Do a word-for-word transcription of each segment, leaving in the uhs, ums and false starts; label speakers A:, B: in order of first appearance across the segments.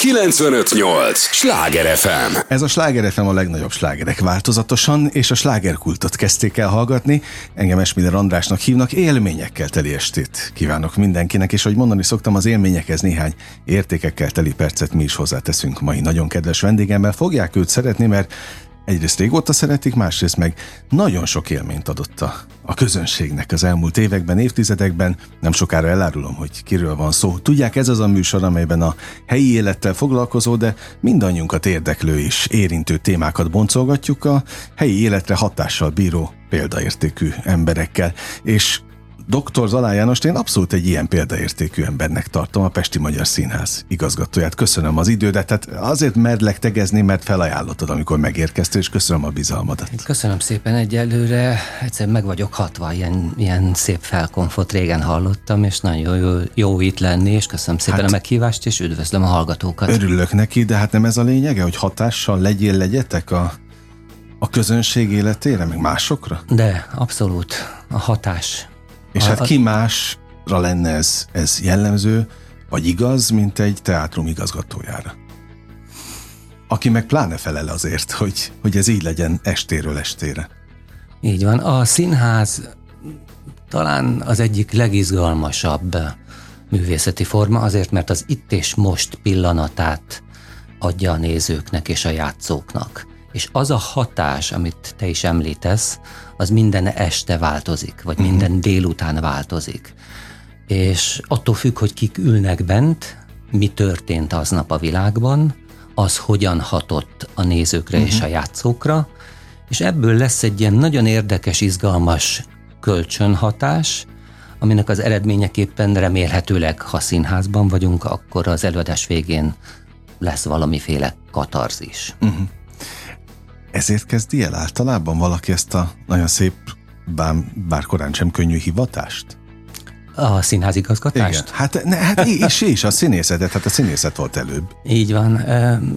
A: kilencvenöt nyolc Sláger ef em.
B: Ez a Sláger ef em a legnagyobb slágerek változatosan, és a slágerkultot kezdték el hallgatni. Engem Esmiller Andrásnak hívnak, élményekkel teli estét kívánok mindenkinek, és ahogy mondani szoktam, az élményekhez néhány értékekkel teli percet mi is hozzáteszünk mai nagyon kedves vendégemmel. Fogják őt szeretni, mert egyrészt régóta szeretik, másrészt meg nagyon sok élményt adott a, a közönségnek az elmúlt években, évtizedekben. Nem sokára elárulom, hogy kiről van szó. Tudják, ez az a műsor, amelyben a helyi élettel foglalkozó, de mindannyiunkat érdeklő és érintő témákat boncolgatjuk a helyi életre hatással bíró példaértékű emberekkel. És doktor Zalá Jánost én abszolút egy ilyen példaértékű embernek tartom, a Pesti Magyar Színház igazgatóját. Köszönöm az idődet, tehát azért merlek tegezni, mert felajánlottad, amikor megérkeztél, és köszönöm a bizalmadat.
C: Köszönöm szépen egyelőre, egyszerűen meg vagyok hatva, ilyen, ilyen szép felkonfot régen hallottam, és nagyon jó, jó itt lenni, és köszönöm szépen hát, a meghívást, és üdvözlöm a hallgatókat.
B: Örülök neki, de hát nem ez a lényege, hogy hatással legyél, legyetek a, a közönség életére, meg másokra?
C: De, abszolút, a hatás.
B: És hát ki másra lenne ez, ez jellemző, vagy igaz, mint egy teátrum igazgatójára? Aki meg pláne felel azért, hogy, hogy ez így legyen estéről estére.
C: Így van. A színház talán az egyik legizgalmasabb művészeti forma, azért, mert az itt és most pillanatát adja a nézőknek és a játszóknak. És az a hatás, amit te is említesz, az minden este változik, vagy uh-huh. minden délután változik. És attól függ, hogy kik ülnek bent, mi történt aznap a világban, az hogyan hatott a nézőkre uh-huh. és a játszókra, és ebből lesz egy ilyen nagyon érdekes, izgalmas kölcsönhatás, aminek az eredményeképpen remélhetőleg, ha színházban vagyunk, akkor az előadás végén lesz valamiféle katarzis.
B: Uh-huh. Ezért kezdi el általában valaki ezt a nagyon szép, bár, bár korán sem könnyű hivatást?
C: A színházigazgatást?
B: Igen. Hát, ne, hát és, és a színészetet, hát a színészet volt előbb.
C: Így van.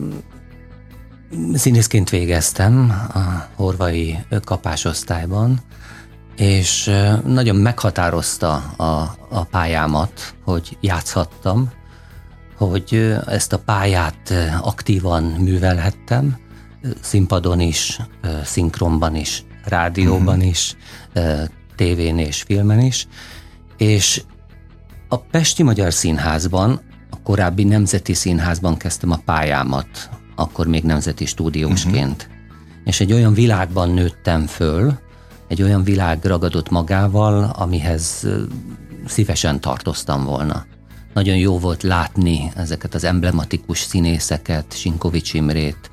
C: Színészként végeztem a horvai kapásosztályban, és nagyon meghatározta a, a pályámat, hogy játszhattam, hogy ezt a pályát aktívan művelhettem, színpadon is, szinkronban is, rádióban mm-hmm. is, tévén és filmen is, és a Pesti Magyar Színházban, a korábbi Nemzeti Színházban kezdtem a pályámat, akkor még nemzeti stúdiósként. Mm-hmm. És egy olyan világban nőttem föl, egy olyan világ ragadott magával, amihez szívesen tartoztam volna. Nagyon jó volt látni ezeket az emblematikus színészeket, Sinkovics Imrét,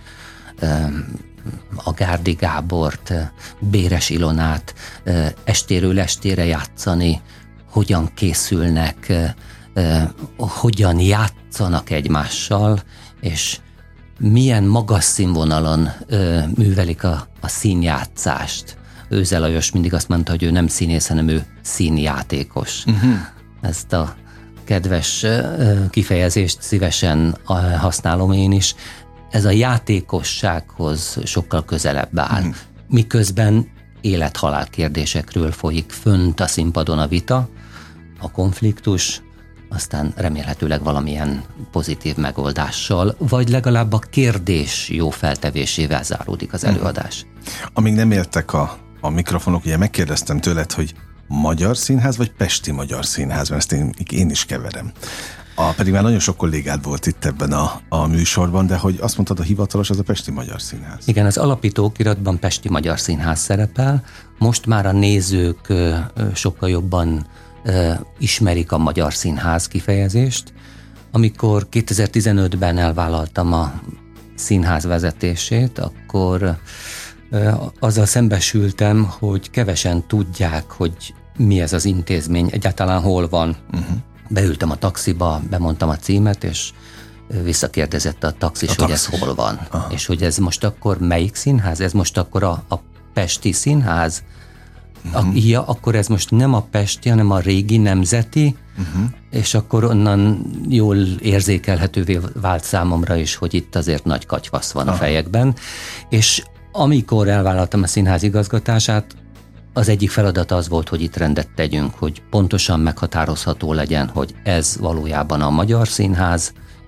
C: a Gárdi Gábort, Béres Ilonát estéről estére játszani, hogyan készülnek, hogyan játszanak egymással, és milyen magas színvonalon művelik a, a színjátszást. Őze Lajos mindig azt mondta, hogy ő nem színész, hanem ő színjátékos. Uh-huh. Ezt a kedves kifejezést szívesen használom én is. Ez a játékossághoz sokkal közelebb áll. Mm. Miközben élet-halál kérdésekről folyik fönt a színpadon a vita, a konfliktus, aztán remélhetőleg valamilyen pozitív megoldással, vagy legalább a kérdés jó feltevésével záródik az előadás. Mm.
B: Amíg nem éltek a, a mikrofonok, ugye megkérdeztem tőled, hogy Magyar Színház, vagy Pesti Magyar Színház, mert ezt én, én is keverem. A, pedig már nagyon sok kollégád volt itt ebben a, a műsorban, de hogy azt mondtad, a hivatalos az a Pesti Magyar Színház.
C: Igen, az alapító okiratban Pesti Magyar Színház szerepel. Most már a nézők ö, ö, sokkal jobban ö, ismerik a Magyar Színház kifejezést. Amikor kétezer-tizenötben elvállaltam a színház vezetését, akkor ö, azzal szembesültem, hogy kevesen tudják, hogy mi ez az intézmény, egyáltalán hol van. Uh-huh. Beültem a taxiba, bemondtam a címet, és visszakérdezett a taxis, a hogy taxis. Ez hol van. Aha. És hogy ez most akkor melyik színház? Ez most akkor a, a Pesti Színház? Uh-huh. A, ja, akkor ez most nem a Pesti, hanem a régi Nemzeti, uh-huh. és akkor onnan jól érzékelhetővé vált számomra is, hogy itt azért nagy katyvasz van Aha. a fejekben. És amikor elvállaltam a színház igazgatását, az egyik feladat az volt, hogy itt rendet tegyünk, hogy pontosan meghatározható legyen, hogy ez valójában a Magyar Színház,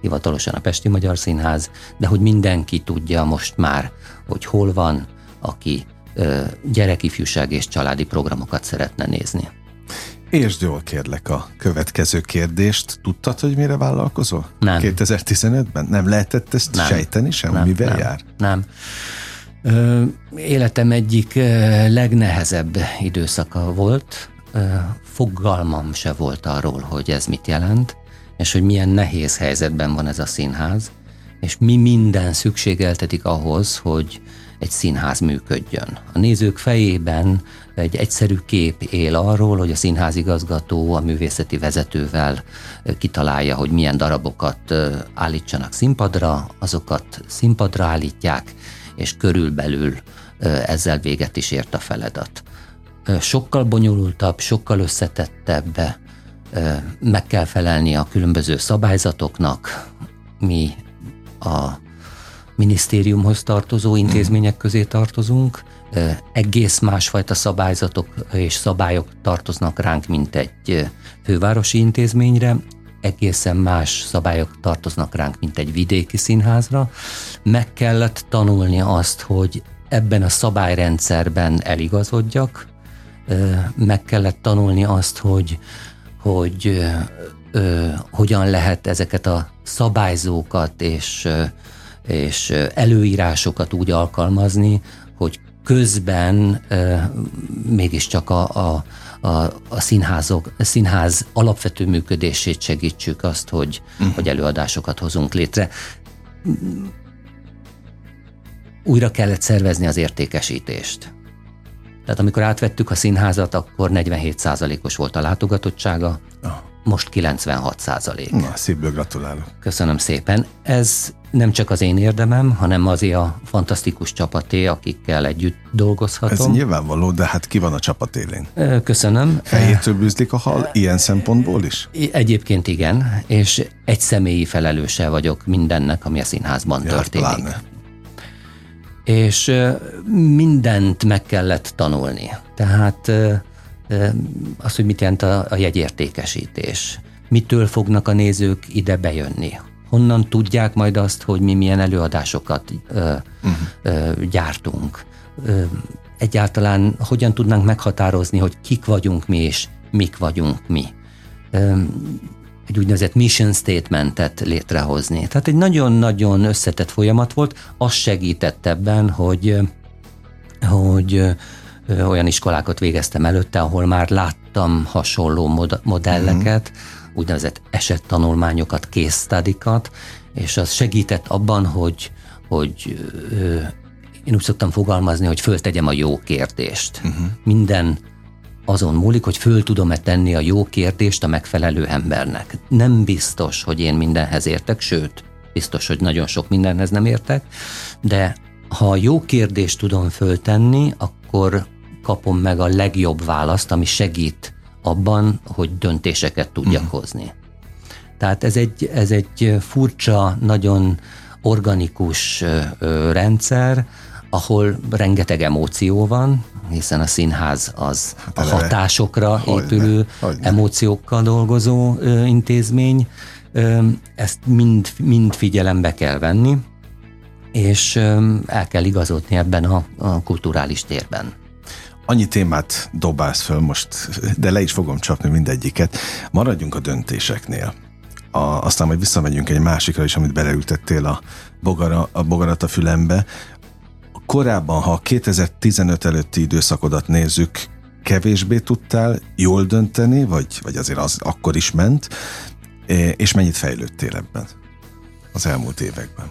C: hivatalosan a Pesti Magyar Színház, de hogy mindenki tudja most már, hogy hol van, aki gyerekifjúság és családi programokat szeretne nézni.
B: Értsd jól, kérlek, a következő kérdést. Tudtad, hogy mire vállalkozol?
C: Nem.
B: kétezer-tizenötben? Nem lehetett ezt nem. sejteni sem,
C: nem,
B: mivel
C: nem,
B: jár?
C: Nem. Ö, életem egyik legnehezebb időszaka volt. Ö, fogalmam se volt arról, hogy ez mit jelent, és hogy milyen nehéz helyzetben van ez a színház, és mi minden szükségeltetik ahhoz, hogy egy színház működjön. A nézők fejében egy egyszerű kép él arról, hogy a színházigazgató a művészeti vezetővel kitalálja, hogy milyen darabokat állítsanak színpadra, azokat színpadra állítják, és körülbelül ezzel véget is ért a feladat. Sokkal bonyolultabb, sokkal összetettebb, meg kell felelni a különböző szabályzatoknak, mi a minisztériumhoz tartozó intézmények közé tartozunk, egész másfajta szabályzatok és szabályok tartoznak ránk, mint egy fővárosi intézményre, egészen más szabályok tartoznak ránk, mint egy vidéki színházra. Meg kellett tanulni azt, hogy ebben a szabályrendszerben eligazodjak, meg kellett tanulni azt, hogy, hogy ö, hogyan lehet ezeket a szabályzókat és és előírásokat úgy alkalmazni, hogy közben e, mégiscsak a, a, a, a, színházok, a színház alapvető működését segítsük, azt, hogy, uh-huh. hogy előadásokat hozunk létre. Újra kellett szervezni az értékesítést. Tehát amikor átvettük a színházat, akkor negyvenhét százalékos volt a látogatottsága, oh. most kilencvenhat százalék.
B: Na, szívből gratulálok.
C: Köszönöm szépen. Ez nem csak az én érdemem, hanem azért a fantasztikus csapaté, akikkel együtt dolgozhatom.
B: Ez nyilvánvaló, de hát ki van a csapat élén?
C: Köszönöm.
B: Fejétől bűzlik a hal, ilyen szempontból is?
C: Egyébként igen, és egy személyi felelőse vagyok mindennek, ami a színházban ja, történik. Pláne. És mindent meg kellett tanulni. Tehát az, hogy mit jelent a, a jegyértékesítés. Mitől fognak a nézők ide bejönni? Honnan tudják majd azt, hogy mi milyen előadásokat ö, uh-huh. ö, gyártunk? Ö, egyáltalán hogyan tudnánk meghatározni, hogy kik vagyunk mi, és mik vagyunk mi? Ö, egy úgynevezett mission statementet létrehozni. Tehát egy nagyon-nagyon összetett folyamat volt. Az segített ebben, hogy, hogy olyan iskolákat végeztem előtte, ahol már láttam hasonló mod- modelleket, uh-huh. úgynevezett esettanulmányokat, case study-kat, és az segített abban, hogy, hogy ö, én úgy szoktam fogalmazni, hogy föltegyem a jó kérdést. Uh-huh. Minden azon múlik, hogy föl tudom-e tenni a jó kérdést a megfelelő embernek. Nem biztos, hogy én mindenhez értek, sőt, biztos, hogy nagyon sok mindenhez nem értek, de ha a jó kérdést tudom föltenni, akkor kapom meg a legjobb választ, ami segít abban, hogy döntéseket tudjak uh-huh. hozni. Tehát ez egy, ez egy furcsa, nagyon organikus ö, rendszer, ahol rengeteg emóció van, hiszen a színház az a hatásokra épülő, emóciókkal dolgozó ö, intézmény. Ö, ezt mind, mind figyelembe kell venni, és ö, el kell igazodni ebben a, a kulturális térben.
B: Annyi témát dobálsz föl most, de le is fogom csapni mindegyiket. Maradjunk a döntéseknél. A, aztán majd visszamegyünk egy másikra is, amit beleültettél a, bogara, a bogarat a fülembe. Korábban, ha a kétezer-tizenöt előtti időszakodat nézzük, kevésbé tudtál jól dönteni, vagy, vagy azért az akkor is ment, és mennyit fejlődtél ebben az elmúlt években?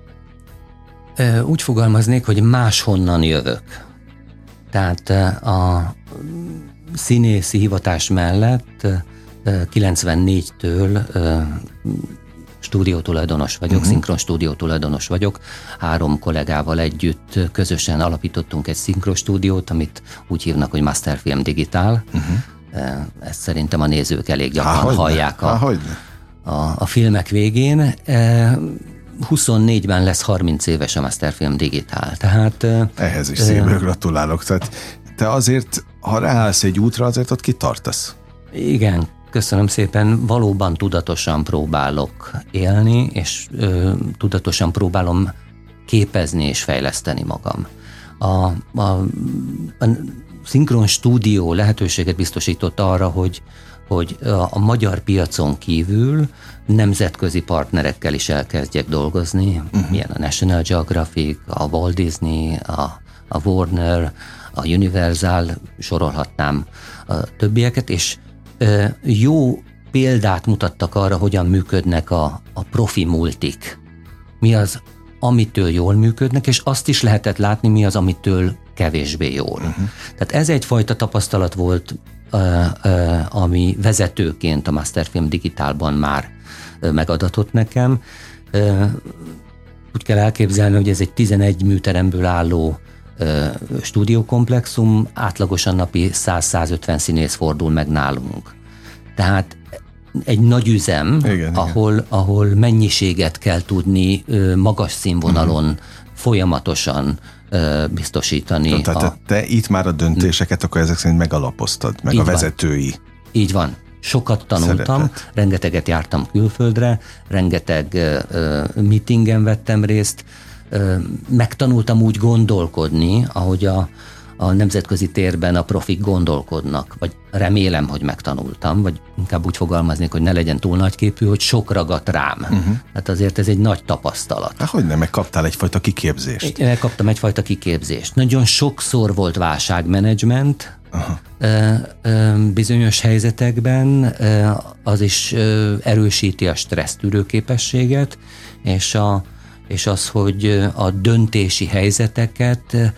C: Úgy fogalmaznék, hogy máshonnan jövök. Tehát a színészi hivatás mellett kilencvennégytől stúdiótulajdonos vagyok, uh-huh. szinkron stúdiótulajdonos vagyok. Három kollégával együtt közösen alapítottunk egy szinkron stúdiót, amit úgy hívnak, hogy Masterfilm Digital. Uh-huh. Ezt szerintem a nézők elég gyakran Há, hallják a, a, a filmek végén. huszonnégyben lesz harminc éves a Masterfilm Digital. Tehát,
B: ehhez is szívből gratulálok. Tehát te azért, ha ráállsz egy útra, azért ott kitartasz.
C: Igen, Köszönöm szépen, valóban tudatosan próbálok élni, és ö, tudatosan próbálom képezni és fejleszteni magam. A, a, a Szinkron Stúdió lehetőséget biztosított arra, hogy, hogy a, a magyar piacon kívül nemzetközi partnerekkel is elkezdjek dolgozni, uh-huh. milyen a National Geographic, a Walt Disney, a, a Warner, a Universal, sorolhatnám a többieket, és ö, jó példát mutattak arra, hogyan működnek a, a profi multik. Mi az, amitől jól működnek, és azt is lehetett látni, mi az, amitől kevésbé jól. Uh-huh. Tehát ez egyfajta tapasztalat volt, ö, ö, ami vezetőként a Masterfilm Digitálban már ö, megadatott nekem. Ö, úgy kell elképzelni, hogy ez egy tizenegy műteremből álló ö, stúdiókomplexum, átlagosan napi száz-százötven színész fordul meg nálunk. Tehát egy nagy üzem, igen, ahol, igen. ahol mennyiséget kell tudni ö, magas színvonalon uh-huh. folyamatosan ö, biztosítani.
B: Tehát a... te itt már a döntéseket akkor ezek szerint megalapoztad, meg így a vezetői.
C: Van. Így van. Sokat tanultam, szerepet. Rengeteget jártam külföldre, rengeteg ö, ö, meetingen vettem részt, ö, megtanultam úgy gondolkodni, ahogy a a nemzetközi térben a profik gondolkodnak, vagy remélem, hogy megtanultam, vagy inkább úgy fogalmaznék, hogy ne legyen túl nagyképű, hogy sok ragadt rám. Uh-huh. Hát azért ez egy nagy tapasztalat.
B: Hát hogy nem, meg kaptál egyfajta kiképzést?
C: Én kaptam egyfajta kiképzést. Nagyon sokszor volt válságmenedzsment, uh-huh. bizonyos helyzetekben, az is erősíti a stressztűrő képességet, és a és az, hogy a döntési helyzeteket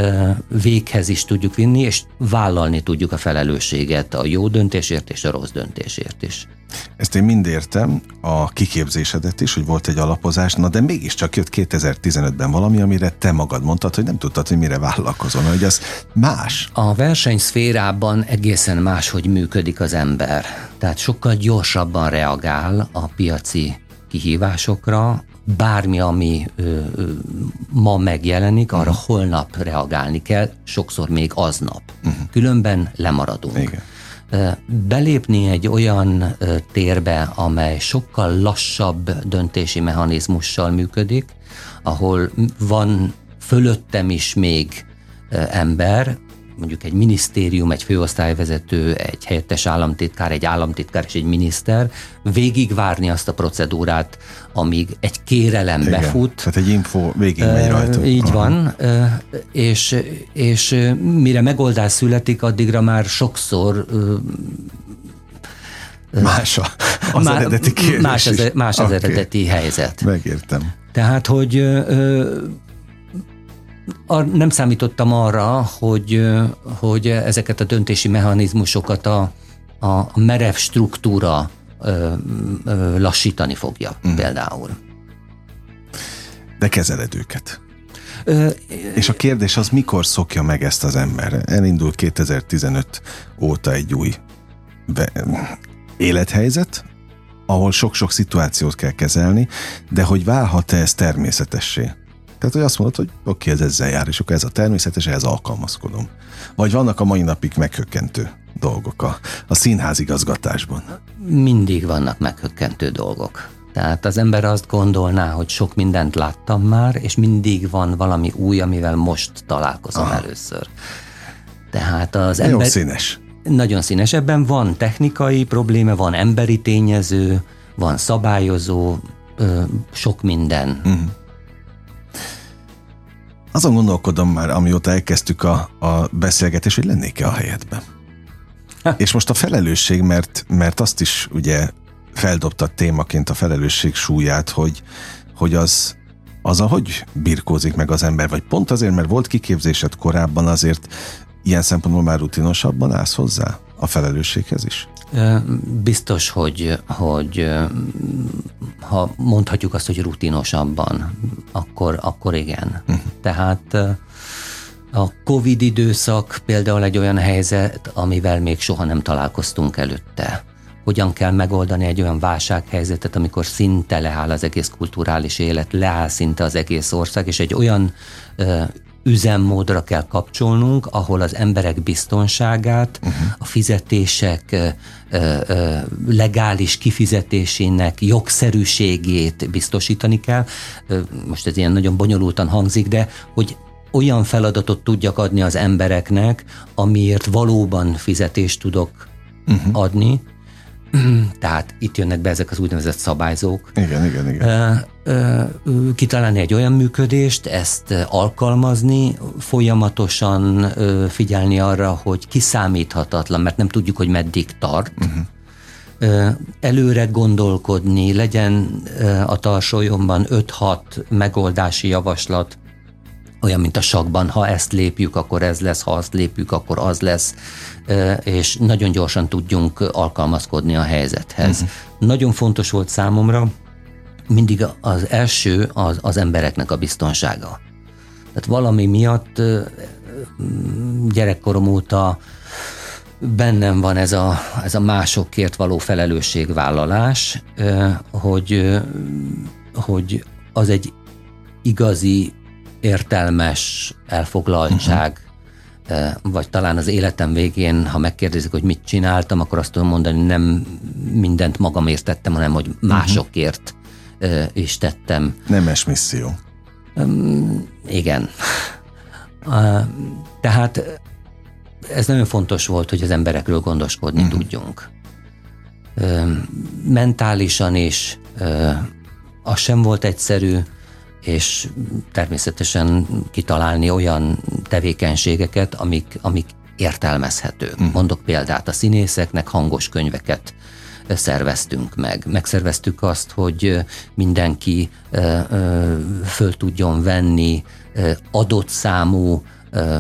C: véghez is tudjuk vinni, és vállalni tudjuk a felelősséget a jó döntésért és a rossz döntésért is.
B: Ezt én mind értem, a kiképzésedet is, hogy volt egy alapozás, na de mégiscsak jött kétezer-tizenötben valami, amire te magad mondtad, hogy nem tudtad, hogy mire vállalkozol, hogy az más.
C: A versenyszférában egészen máshogy működik az ember. Tehát sokkal gyorsabban reagál a piaci kihívásokra, bármi, ami ö, ö, ma megjelenik, arra uh-huh. holnap reagálni kell, sokszor még aznap. Uh-huh. Különben lemaradunk. Igen. Belépni egy olyan ö, térbe, amely sokkal lassabb döntési mechanizmussal működik, ahol van fölöttem is még ö, ember, mondjuk egy minisztérium, egy főosztályvezető, egy helyettes államtitkár, egy államtitkár és egy miniszter, végigvárni azt a procedúrát, amíg egy kérelem igen, befut.
B: Tehát egy info végig megy rajta.
C: Így aha. van, és, és mire megoldás születik, addigra már sokszor
B: más a, az má, eredeti kérdés
C: Más az, más az okay. eredeti helyzet.
B: Megértem.
C: Tehát, hogy A, nem számítottam arra, hogy, hogy ezeket a döntési mechanizmusokat a, a merev struktúra ö, ö, lassítani fogja mm. például.
B: De kezeled őket. Ö, És a kérdés az, mikor szokja meg ezt az ember? Elindul kétezer-tizenöt óta egy új élethelyzet, ahol sok-sok szituációt kell kezelni, de hogy válhat-e ez természetessé? Tehát, hogy azt mondod, hogy oké, ez ezzel jár, és akkor ez a természetes, ehhez alkalmazkodom. Vagy vannak a mai napig meghökkentő dolgok a, a színházigazgatásban?
C: Mindig vannak meghökkentő dolgok. Tehát az ember azt gondolná, hogy sok mindent láttam már, és mindig van valami új, amivel most találkozom aha. először. Tehát az
B: nagyon
C: ember...
B: színes.
C: Nagyon színes. Ebben van technikai probléma, van emberi tényező, van szabályozó, ö, sok minden. Uh-huh.
B: Azon gondolkodom már, amióta elkezdtük a, a beszélgetést, hogy lennék-e a helyedben. És most a felelősség, mert, mert azt is ugye feldobtad témaként a felelősség súlyát, hogy, hogy az, az ahogy birkózik meg az ember, vagy pont azért, mert volt kiképzésed korábban, azért ilyen szempontból már rutinosabban állsz hozzá a felelősséghez is?
C: Biztos, hogy, hogy ha mondhatjuk azt, hogy rutinosabban, akkor, akkor igen. Uh-huh. Tehát a Covid időszak például egy olyan helyzet, amivel még soha nem találkoztunk előtte. Hogyan kell megoldani egy olyan válsághelyzetet, amikor szinte leáll az egész kulturális élet, leáll szinte az egész ország, és egy olyan ö, üzemmódra kell kapcsolnunk, ahol az emberek biztonságát, uh-huh. a fizetések legális kifizetésének jogszerűségét biztosítani kell. Most ez ilyen nagyon bonyolultan hangzik, de hogy olyan feladatot tudjak adni az embereknek, amiért valóban fizetést tudok uh-huh. adni. Tehát itt jönnek be ezek az úgynevezett szabályzók.
B: Igen, igen, igen.
C: Kitalálni egy olyan működést, ezt alkalmazni, folyamatosan figyelni arra, hogy kiszámíthatatlan, mert nem tudjuk, hogy meddig tart. Uh-huh. Előre gondolkodni, legyen a tarsolyomban öt-hat megoldási javaslat, olyan, mint a sakkban, ha ezt lépjük, akkor ez lesz, ha azt lépjük, akkor az lesz, és nagyon gyorsan tudjunk alkalmazkodni a helyzethez. Uh-huh. Nagyon fontos volt számomra mindig az első az, az embereknek a biztonsága. Tehát valami miatt gyerekkorom óta bennem van ez a, ez a másokért való felelősségvállalás, hogy, hogy az egy igazi értelmes elfoglaltság, uh-huh. vagy talán az életem végén, ha megkérdezik, hogy mit csináltam, akkor azt tudom mondani, nem mindent magamért tettem, hanem hogy másokért uh-huh. is tettem.
B: Nemes misszió.
C: Um, igen. Uh, tehát ez nagyon fontos volt, hogy az emberekről gondoskodni uh-huh. tudjunk. Uh, mentálisan is uh, az sem volt egyszerű, és természetesen kitalálni olyan tevékenységeket, amik, amik értelmezhetők. Uh-huh. Mondok példát, a színészeknek hangos könyveket szerveztünk meg. Megszerveztük azt, hogy mindenki ö, ö, föl tudjon venni ö, adott számú ö,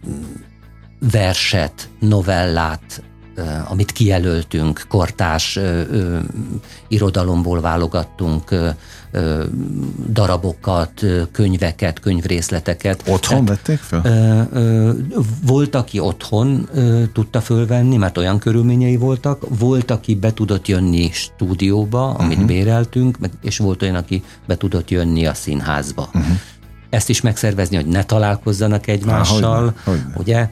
C: verset, novellát, amit kijelöltünk, kortárs ö, ö, irodalomból válogattunk ö, ö, darabokat, ö, könyveket, könyvrészleteket.
B: Otthon Tehát, vették fel?
C: Ö, ö, volt, aki otthon ö, tudta fölvenni, mert olyan körülményei voltak. Volt, aki be tudott jönni stúdióba, amit uh-huh. béreltünk, és volt olyan, aki be tudott jönni a színházba. Uh-huh. Ezt is megszervezni, hogy ne találkozzanak egymással, Há, hogyne, hogyne. ugye,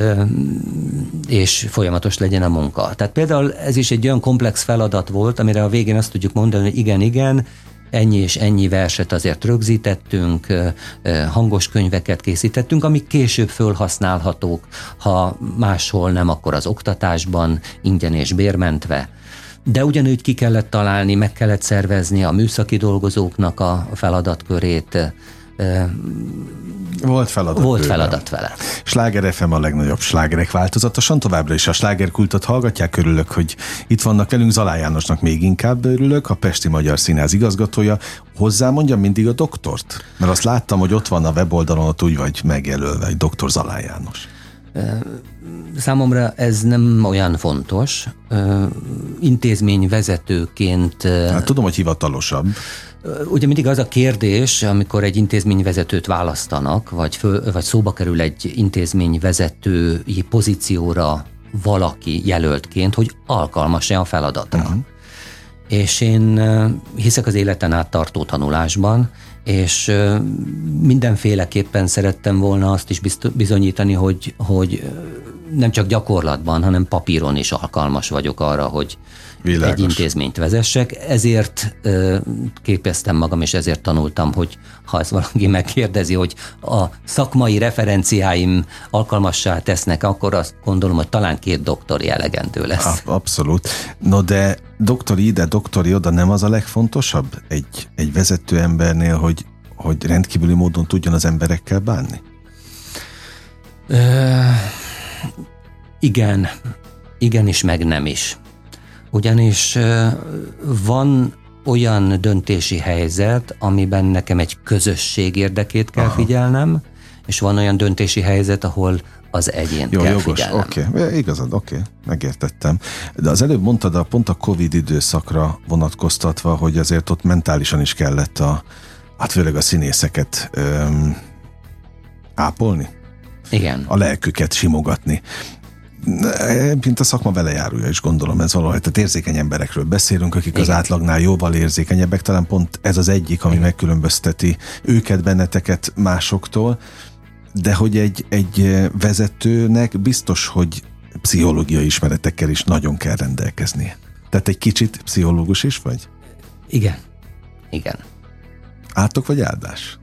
C: és folyamatos legyen a munka. Tehát például ez is egy olyan komplex feladat volt, amire a végén azt tudjuk mondani, hogy igen, igen, ennyi és ennyi verset azért rögzítettünk, hangos könyveket készítettünk, amik később fölhasználhatók, ha máshol nem, akkor az oktatásban, ingyen és bérmentve. De ugyanúgy ki kellett találni, meg kellett szervezni a műszaki dolgozóknak a feladatkörét.
B: Volt feladat.
C: Volt bőven. feladat vele.
B: Sláger ef em a legnagyobb slágerek változatosan. Továbbra is a slágerkultot hallgatják. Örülök, hogy itt vannak velünk. Zalá Jánosnak még inkább örülök, a Pesti Magyar Színház igazgatója. Hozzá mondjam mindig a doktort? Mert azt láttam, hogy ott van a weboldalon, ott úgy vagy megjelölve, egy doktor Zalá János.
C: Számomra ez nem olyan fontos. Intézményvezetőként...
B: Hát tudom, hogy hivatalosabb.
C: Ugye mindig az a kérdés, amikor egy intézményvezetőt választanak, vagy, föl, vagy szóba kerül egy intézményvezetői pozícióra valaki jelöltként, hogy alkalmas-e a feladatra. Uh-huh. És én hiszek az életen át tartó tanulásban, és mindenféleképpen szerettem volna azt is bizonyítani, hogy, hogy nem csak gyakorlatban, hanem papíron is alkalmas vagyok arra, hogy Világos. egy intézményt vezessek. Ezért ö, képeztem magam, és ezért tanultam, hogy ha ezt valaki megkérdezi, hogy a szakmai referenciáim alkalmassá tesznek, akkor azt gondolom, hogy talán két doktori elegendő lesz.
B: Abszolút. No de doktori ide, doktori oda nem az a legfontosabb egy, egy vezető embernél, hogy, hogy rendkívüli módon tudjon az emberekkel bánni?
C: Ö, igen. Igen is, meg nem is. Ugyanis van olyan döntési helyzet, amiben nekem egy közösség érdekét kell Aha. figyelnem, és van olyan döntési helyzet, ahol az egyént
B: Jó,
C: kell
B: jogos,
C: figyelnem.
B: Oké, okay. Igazad, oké, okay. megértettem. De az előbb mondtad a pont a Covid időszakra vonatkoztatva, hogy azért ott mentálisan is kellett a, hát főleg a színészeket öm, ápolni?
C: Igen.
B: A lelküket simogatni. Mint a szakma velejárója is, gondolom ez valahogy. Tehát érzékeny emberekről beszélünk, akik Igen. az átlagnál jóval érzékenyebbek, talán pont ez az egyik, ami Igen. megkülönbözteti őket, benneteket másoktól. de hogy egy, egy vezetőnek biztos, hogy pszichológiai ismeretekkel is nagyon kell rendelkeznie. Tehát egy kicsit pszichológus is vagy?
C: Igen. Igen.
B: Átok vagy áldás?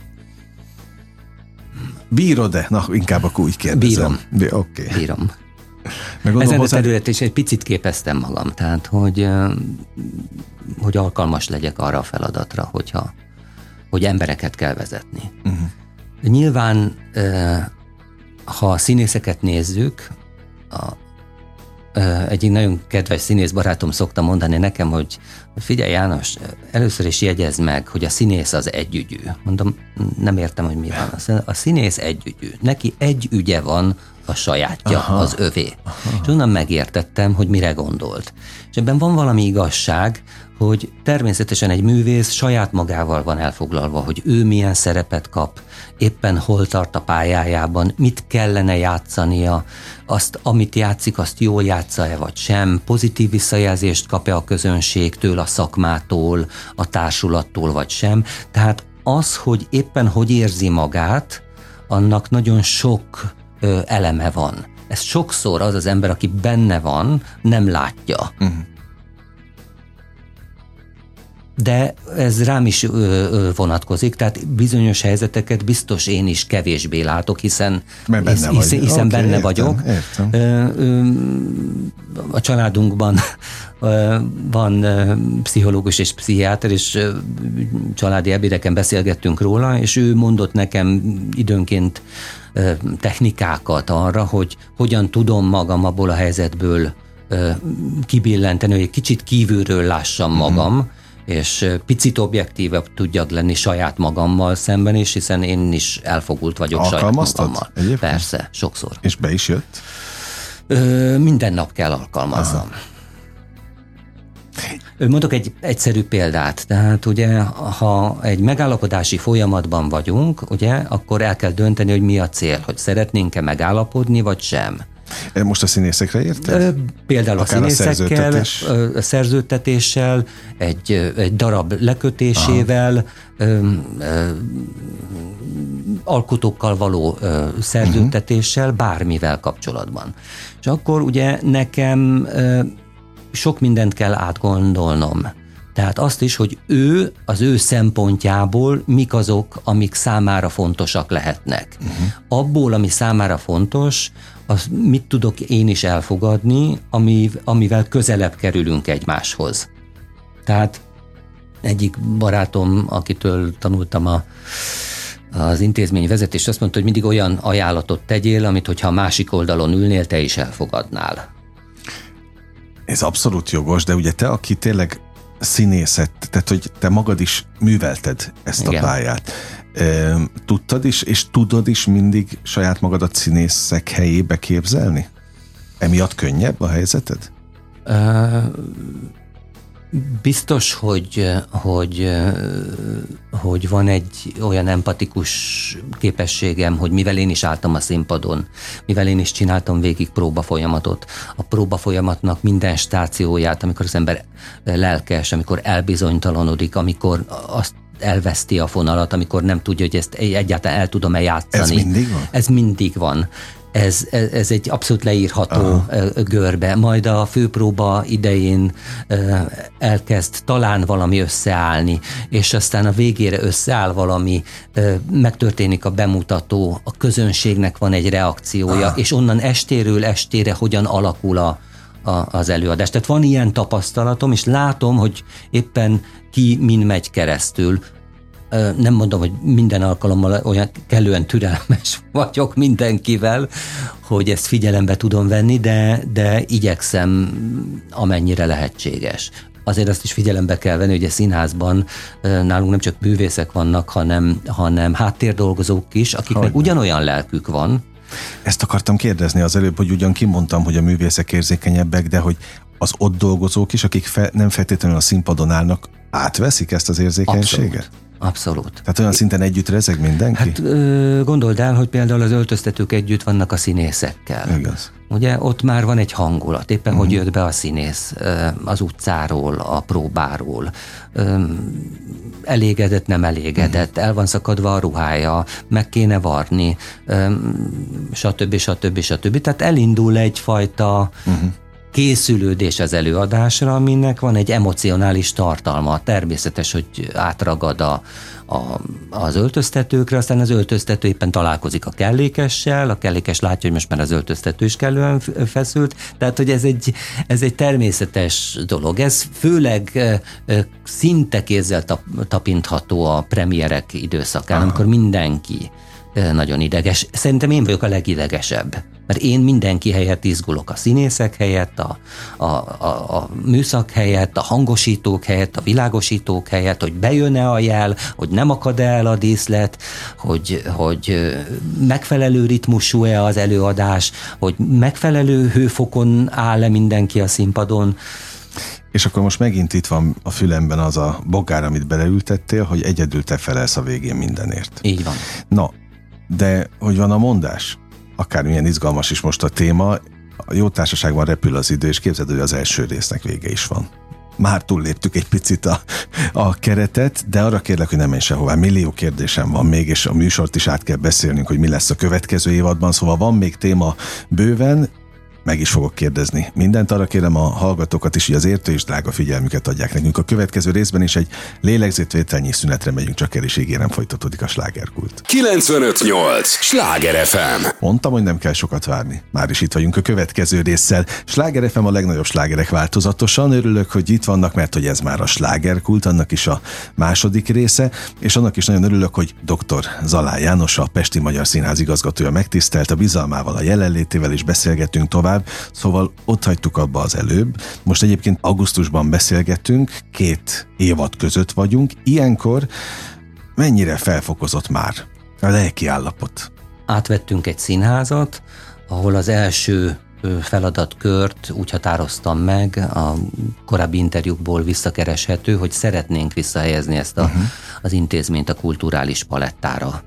B: Bírod-e? Na, inkább akkor úgy kérdezem.
C: Bírom.
B: Oké. Okay.
C: Bírom.
B: Gondolom,
C: ezen
B: hozzá...
C: a területen is egy picit képeztem magam, tehát hogy, hogy alkalmas legyek arra a feladatra, hogyha, hogy embereket kell vezetni. Uh-huh. Nyilván, ha a színészeket nézzük, a, egyik nagyon kedves színész barátom szokta mondani nekem, hogy figyelj János, először is jegyezd meg, hogy a színész az együgyű. Mondom, nem értem, hogy mi van. A színész együgyű. Neki egy ügye van, a sajátja, aha, az övé. Aha. És onnan megértettem, hogy mire gondolt. És ebben van valami igazság, hogy természetesen egy művész saját magával van elfoglalva, hogy ő milyen szerepet kap, éppen hol tart a pályájában, mit kellene játszania, azt, amit játszik, azt jól játsza-e vagy sem, pozitív visszajelzést kap-e a közönségtől, a szakmától, a társulattól vagy sem. Tehát az, hogy éppen hogy érzi magát, annak nagyon sok ö, eleme van. Ez sokszor az az ember, aki benne van, nem látja. Uh-huh. De ez rám is ö, ö, vonatkozik, tehát bizonyos helyzeteket biztos én is kevésbé látok, hiszen, hisz, hisz, hiszen okay, benne értem, vagyok. Értem. Ö, ö, a családunkban ö, van ö, pszichológus és pszichiáter, és ö, családi ebédeken beszélgettünk róla, és ő mondott nekem időnként ö, technikákat arra, hogy hogyan tudom magam abból a helyzetből ö, kibillenteni, hogy egy kicsit kívülről lássam mm-hmm. magam, és picit objektívebb tudjak lenni saját magammal szemben is, hiszen én is elfogult vagyok saját magammal. Egyébként? Persze, sokszor.
B: És be is jött?
C: Ö, minden nap kell alkalmazzam. Aha. Mondok egy egyszerű példát, tehát ugye, ha egy megállapodási folyamatban vagyunk, ugye, akkor el kell dönteni, hogy mi a cél, hogy szeretnénk-e megállapodni, vagy sem.
B: Most a színészekre érted?
C: Például akár a színészekkel, a, szerződtetés. a szerződtetéssel, egy, egy darab lekötésével, ö, ö, alkotókkal való ö, szerződtetéssel, uh-huh. bármivel kapcsolatban. És akkor ugye nekem ö, sok mindent kell átgondolnom. Tehát azt is, hogy ő az ő szempontjából mik azok, amik számára fontosak lehetnek. Uh-huh. Abból, ami számára fontos, az mit tudok én is elfogadni, ami, amivel közelebb kerülünk egymáshoz. Tehát egyik barátom, akitől tanultam a, az intézmény vezetést, azt mondta, hogy mindig olyan ajánlatot tegyél, amit hogyha a másik oldalon ülnél, te is elfogadnál.
B: Ez abszolút jogos, de ugye te, aki tényleg színészet, tehát hogy te magad is művelted ezt igen. a pályát. E, tudtad is, és tudod is mindig saját magadat színészek helyébe képzelni? Emiatt könnyebb a helyzeted? Uh,
C: biztos, hogy, hogy, hogy van egy olyan empatikus képességem, hogy mivel én is álltam a színpadon, mivel én is csináltam végig próbafolyamatot, a próbafolyamatnak minden stációját, amikor az ember lelkes, amikor elbizonytalanodik, amikor azt elveszti a fonalat, amikor nem tudja, hogy ezt egyáltalán el tudom-e játszani.
B: Ez mindig van?
C: Ez mindig van. Ez, ez egy abszolút leírható aha. görbe. Majd a főpróba idején elkezd talán valami összeállni, és aztán a végére összeáll valami, megtörténik a bemutató, a közönségnek van egy reakciója, aha. és onnan estéről estére hogyan alakul a, a, az előadás. Tehát van ilyen tapasztalatom, és látom, hogy éppen ki min megy keresztül. Nem mondom, hogy minden alkalommal olyan kellően türelmes vagyok mindenkivel, hogy ezt figyelembe tudom venni, de, de igyekszem, amennyire lehetséges. Azért azt is figyelembe kell venni, hogy a színházban nálunk nem csak művészek vannak, hanem, hanem háttérdolgozók is, akiknek hogy ugyanolyan lelkük van.
B: Ezt akartam kérdezni az előbb, hogy ugyan kimondtam, hogy a művészek érzékenyebbek, de hogy az ott dolgozók is, akik fe, nem feltétlenül a színpadon állnak, átveszik ezt az érzékenységet?
C: Abszolút. Abszolút.
B: Tehát olyan szinten együtt rezeg mindenki?
C: Hát ö, gondold el, hogy például az öltöztetők együtt vannak a színészekkel.
B: Igaz.
C: Ugye ott már van egy hangulat, éppen uh-huh. hogy jött be a színész az utcáról, a próbáról. elégedett, nem elégedett, el van szakadva a ruhája, meg kéne varni, stb. stb. stb. Tehát elindul egyfajta uh-huh. készülődés az előadásra, aminek van egy emocionális tartalma. Természetes, hogy átragad a, a, az öltöztetőkre, aztán az öltöztető éppen találkozik a kellékessel, a kellékes látja, hogy most már az öltöztető is kellően feszült, tehát hogy ez egy, ez egy természetes dolog. Ez főleg szinte kézzel tapintható a premierek időszakán, Aha. amikor mindenki nagyon ideges. Szerintem én vagyok a legidegesebb. Mert én mindenki helyett izgulok, a színészek helyett, a, a, a, a műszak helyett, a hangosítók helyett, a világosítók helyett, hogy bejön-e a jel, hogy nem akad-e el a díszlet, hogy, hogy megfelelő ritmusú-e az előadás, hogy megfelelő hőfokon áll-e mindenki a színpadon.
B: És akkor most megint itt van a fülemben az a bogár, amit beleültettél, hogy egyedül te felelsz a végén mindenért.
C: Így van.
B: Na, de hogy van a mondás? Akármilyen izgalmas is most a téma, a jó társaságban repül az idő, és képzeld, hogy az első résznek vége is van. Már túlléptük egy picit a, a keretet, de arra kérlek, hogy nem menj sehová. Millió kérdésem van még, és a műsort is át kell beszélnünk, hogy mi lesz a következő évadban, szóval van még téma bőven, meg is fogok kérdezni mindent. Arra kérem a hallgatókat is, hogy az értő és drága figyelmüket adják nekünk. A következő részben is egy lélegzetvételnyi szünetre megyünk, csak el is ígérem, folytatódik a slágerkult.
A: kilencvenöt nyolc Sláger ef em.
B: Mondtam, hogy nem kell sokat várni. Már is itt vagyunk a következő résszel. Sláger ef em, a legnagyobb slágerek változatosan. Örülök, hogy itt vannak, mert hogy ez már a slágerkult, annak is a második része, és annak is nagyon örülök, hogy dr. Zalán János, a Pesti Magyar Színház igazgatója megtisztelt, a bizalmával, a jelenlétével is beszélgetünk tovább. Szóval ott hagytuk abba az előbb. Most egyébként augusztusban beszélgetünk, két évad között vagyunk. Ilyenkor mennyire felfokozott már a lelki állapot?
C: Átvettünk egy színházat, ahol az első feladatkört úgy határoztam meg, a korábbi interjúkból visszakereshető, hogy szeretnénk visszahelyezni ezt a, uh-huh. az intézményt a kulturális palettára.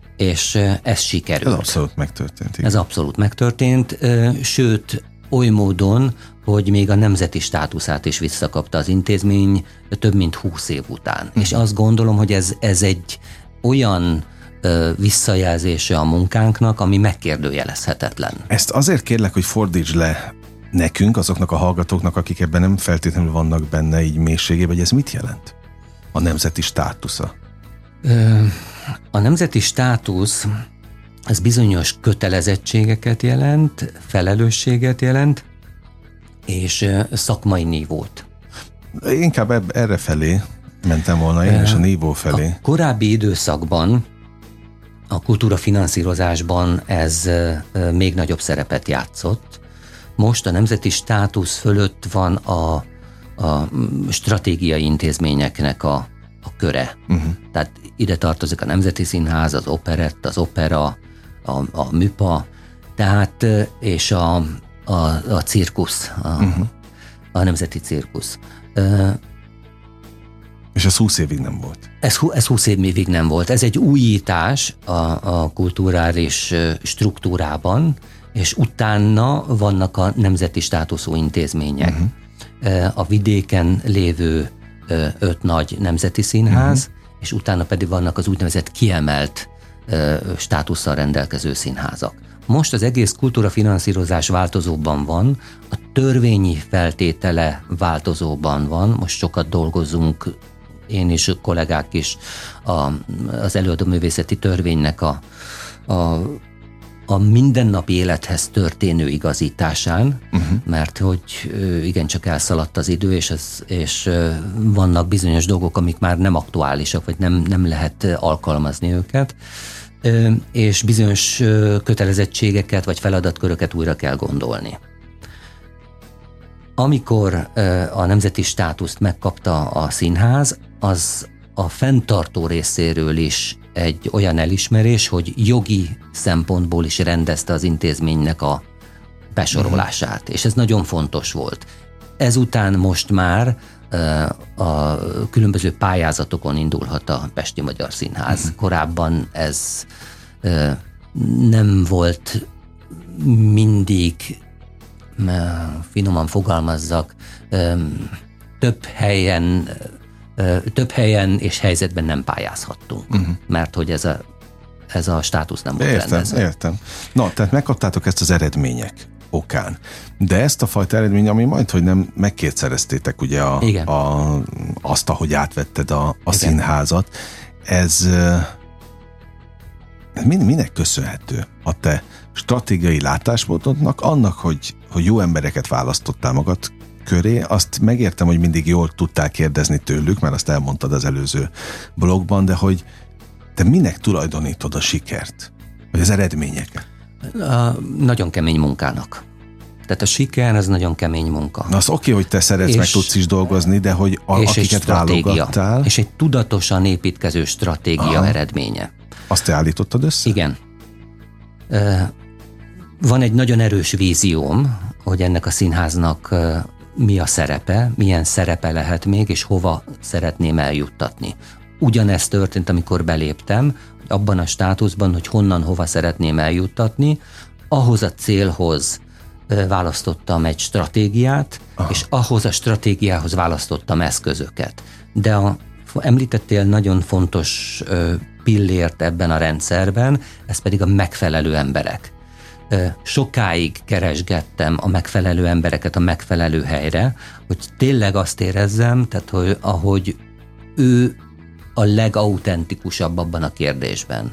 C: És ez sikerült.
B: Ez abszolút megtörtént. Igen.
C: Ez abszolút megtörtént, sőt, oly módon, hogy még a nemzeti státuszát is visszakapta az intézmény több mint húsz év után. Uh-huh. És azt gondolom, hogy ez, ez egy olyan visszajelzése a munkánknak, ami megkérdőjelezhetetlen.
B: Ezt azért kérlek, hogy fordítsd le nekünk, azoknak a hallgatóknak, akik ebben nem feltétlenül vannak benne így mélységében, hogy ez mit jelent? A nemzeti státusza?
C: Ö, a nemzeti státusz az bizonyos kötelezettségeket jelent, felelősséget jelent, és szakmai nívót.
B: Inkább eb- erre felé mentem volna én, és a nívó felé.
C: A korábbi időszakban a kultúra finanszírozásban ez még nagyobb szerepet játszott. Most a nemzeti státusz fölött van a, a stratégiai intézményeknek a, a köre. Uh-huh. Tehát ide tartozik a Nemzeti Színház, az operett, az opera, a, a műpa, tehát és a, a, a cirkusz, a, uh-huh. a nemzeti cirkusz.
B: És ez húsz évig nem volt.
C: Ez, ez húsz évig nem volt. Ez egy újítás a, a kulturális struktúrában, és utána vannak a nemzeti státuszú intézmények. Uh-huh. A vidéken lévő öt nagy nemzeti színház, uh-huh. és utána pedig vannak az úgynevezett kiemelt státusszal rendelkező színházak. Most az egész kultúrafinanszírozás változóban van, a törvényi feltétele változóban van, most sokat dolgozunk, én és kollégák is a, az előadóművészeti törvénynek a, a, a mindennapi élethez történő igazításán, uh-huh. mert hogy igencsak elszaladt az idő, és, ez, és vannak bizonyos dolgok, amik már nem aktuálisak, vagy nem, nem lehet alkalmazni őket, és bizonyos kötelezettségeket vagy feladatköröket újra kell gondolni. Amikor a nemzeti státuszt megkapta a színház, az a fenntartó részéről is egy olyan elismerés, hogy jogi szempontból is rendezte az intézménynek a besorolását, és ez nagyon fontos volt. Ezután most már a különböző pályázatokon indulhat a Pesti Magyar Színház. Uh-huh. Korábban ez nem volt mindig, finoman fogalmazzak, több helyen több helyen és helyzetben nem pályázhattunk, uh-huh. mert hogy ez a, ez a státusz nem volt
B: értem,
C: rendezve.
B: Értem, Na, tehát megkaptátok ezt az eredmények okán. De ezt a fajta eredmény, ami majd, hogy nem megkétszereztétek ugye a, a, azt, ahogy átvetted a, a színházat, ez, ez minek köszönhető? A te stratégiai látásmódodnak, annak, hogy, hogy jó embereket választottál magad köré, azt megértem, hogy mindig jól tudtál kérdezni tőlük, mert azt elmondtad az előző blogban, de hogy te minek tulajdonítod a sikert? Vagy az eredményeket?
C: A nagyon kemény munkának. Tehát a siker, ez nagyon kemény munka.
B: Na az oké, hogy te szeretsz, és, meg tudsz is dolgozni, de hogy a, és akiket válogattál...
C: És egy tudatosan építkező stratégia Aha. eredménye.
B: Azt te állítottad össze?
C: Igen. Van egy nagyon erős vízióm, hogy ennek a színháznak mi a szerepe, milyen szerepe lehet még, és hova szeretném eljuttatni. Ugyanezt történt, amikor beléptem, abban a státuszban, hogy honnan, hova szeretném eljuttatni, ahhoz a célhoz választottam egy stratégiát, Aha. és ahhoz a stratégiához választottam eszközöket. De a, említettél nagyon fontos pillért ebben a rendszerben, ez pedig a megfelelő emberek. Sokáig keresgettem a megfelelő embereket a megfelelő helyre, hogy tényleg azt érezzem, tehát hogy ahogy ő a legautentikusabb abban a kérdésben.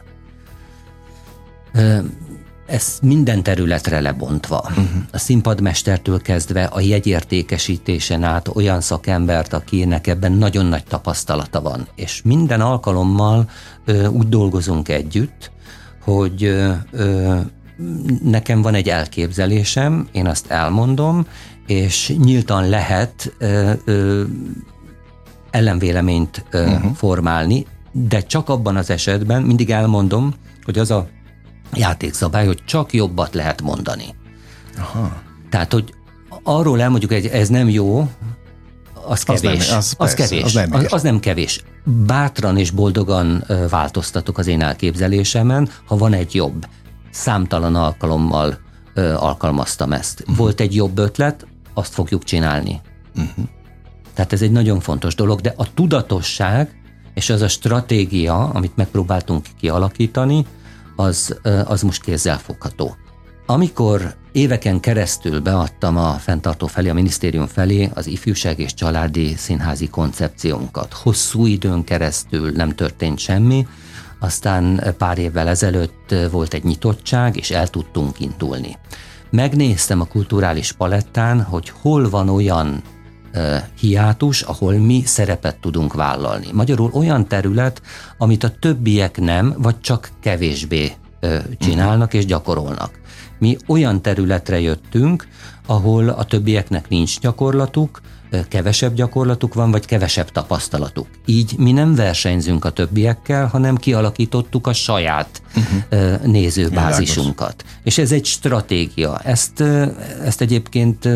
C: Ez minden területre lebontva. Uh-huh. A színpadmestertől kezdve a jegyértékesítésen át olyan szakembert, akinek ebben nagyon nagy tapasztalata van. És minden alkalommal ö, úgy dolgozunk együtt, hogy ö, ö, nekem van egy elképzelésem, én azt elmondom, és nyíltan lehet ö, ö, ellenvéleményt ö, uh-huh. formálni, de csak abban az esetben mindig elmondom, hogy az a játékszabály, hogy csak jobbat lehet mondani. Aha. Tehát, hogy arról elmondjuk, hogy ez nem jó, az kevés. Az, nem, az, az persze, kevés. Az nem, az, az nem kevés. Bátran és boldogan ö, változtatok az én elképzelésemen, ha van egy jobb. Számtalan alkalommal ö, alkalmaztam ezt. Uh-huh. Volt egy jobb ötlet, azt fogjuk csinálni. Uh-huh. Tehát ez egy nagyon fontos dolog, de a tudatosság és az a stratégia, amit megpróbáltunk kialakítani, az, az most kézzelfogható. Amikor éveken keresztül beadtam a fenntartó felé, a minisztérium felé az ifjúság és családi színházi koncepciónkat, hosszú időn keresztül nem történt semmi, aztán pár évvel ezelőtt volt egy nyitottság, és el tudtunk indulni. Megnéztem a kulturális palettán, hogy hol van olyan uh, hiátus, ahol mi szerepet tudunk vállalni. Magyarul olyan terület, amit a többiek nem, vagy csak kevésbé uh, csinálnak és gyakorolnak. Mi olyan területre jöttünk, ahol a többieknek nincs gyakorlatuk, kevesebb gyakorlatuk van, vagy kevesebb tapasztalatuk. Így mi nem versenyzünk a többiekkel, hanem kialakítottuk a saját uh-huh. nézőbázisunkat. Világos. És ez egy stratégia. Ezt, ezt egyébként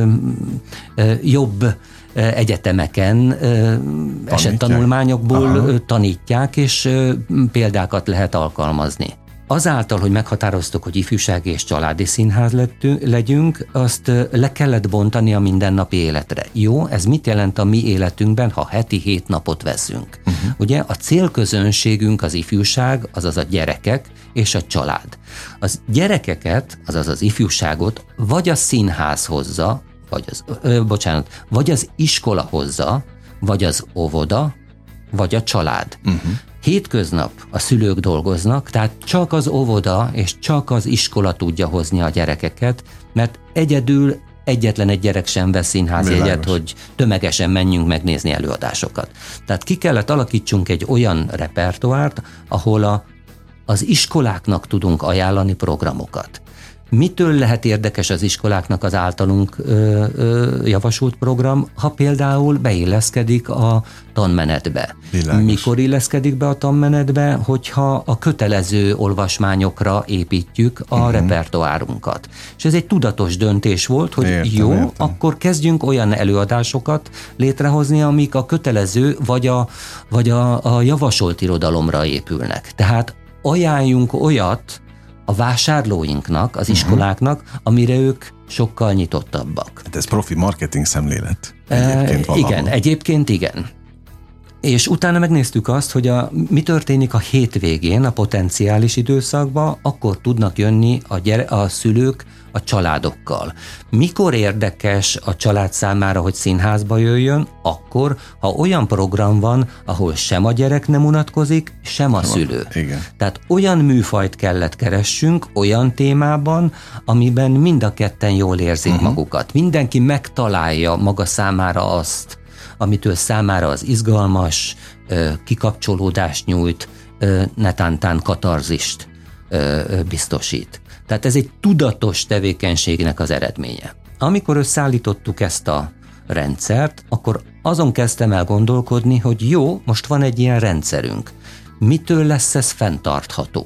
C: jobb egyetemeken, esettanulmányokból Aha. tanítják, és példákat lehet alkalmazni. Azáltal, hogy meghatároztuk, hogy ifjúsági és családi színház legyünk, azt le kellett bontani a mindennapi életre. Jó, ez mit jelent a mi életünkben, ha heti hét napot veszünk? Uh-huh. Ugye a célközönségünk az ifjúság, azaz a gyerekek és a család. Az gyerekeket, azaz az ifjúságot vagy a színház hozza, vagy az, ö, bocsánat, vagy az iskola hozza, vagy az óvoda, vagy a család. Uh-huh. Hétköznap a szülők dolgoznak, tehát csak az óvoda és csak az iskola tudja hozni a gyerekeket, mert egyedül egyetlen egy gyerek sem vesz színházjegyet, hogy tömegesen menjünk megnézni előadásokat. Tehát ki kellett alakítsunk egy olyan repertoárt, ahol a, az iskoláknak tudunk ajánlani programokat. Mitől lehet érdekes az iskoláknak az általunk ö, ö, javasolt program, ha például beilleszkedik a tanmenetbe. Világos. Mikor illeszkedik be a tanmenetbe, hogyha a kötelező olvasmányokra építjük a uh-huh. repertoárunkat. És ez egy tudatos döntés volt, hogy értem, jó, értem. Akkor kezdjünk olyan előadásokat létrehozni, amik a kötelező vagy a, vagy a, a javasolt irodalomra épülnek. Tehát ajánljunk olyat a vásárlóinknak, az iskoláknak, amire ők sokkal nyitottabbak.
B: Hát ez profi marketing szemlélet. Egyébként
C: e, igen, egyébként igen. És utána megnéztük azt, hogy a, mi történik a hétvégén, a potenciális időszakban, akkor tudnak jönni a, gyere, a szülők a családokkal. Mikor érdekes a család számára, hogy színházba jöjjön? Akkor, ha olyan program van, ahol sem a gyerek nem unatkozik, sem a szülő.
B: Igen.
C: Tehát olyan műfajt kellett keressünk, olyan témában, amiben mind a ketten jól érzik uh-huh. magukat. Mindenki megtalálja maga számára azt, amitől számára az izgalmas, kikapcsolódást nyújt, netántán katarzist biztosít. Tehát ez egy tudatos tevékenységnek az eredménye. Amikor összeállítottuk ezt a rendszert, akkor azon kezdtem el gondolkodni, hogy jó, most van egy ilyen rendszerünk. Mitől lesz ez fenntartható?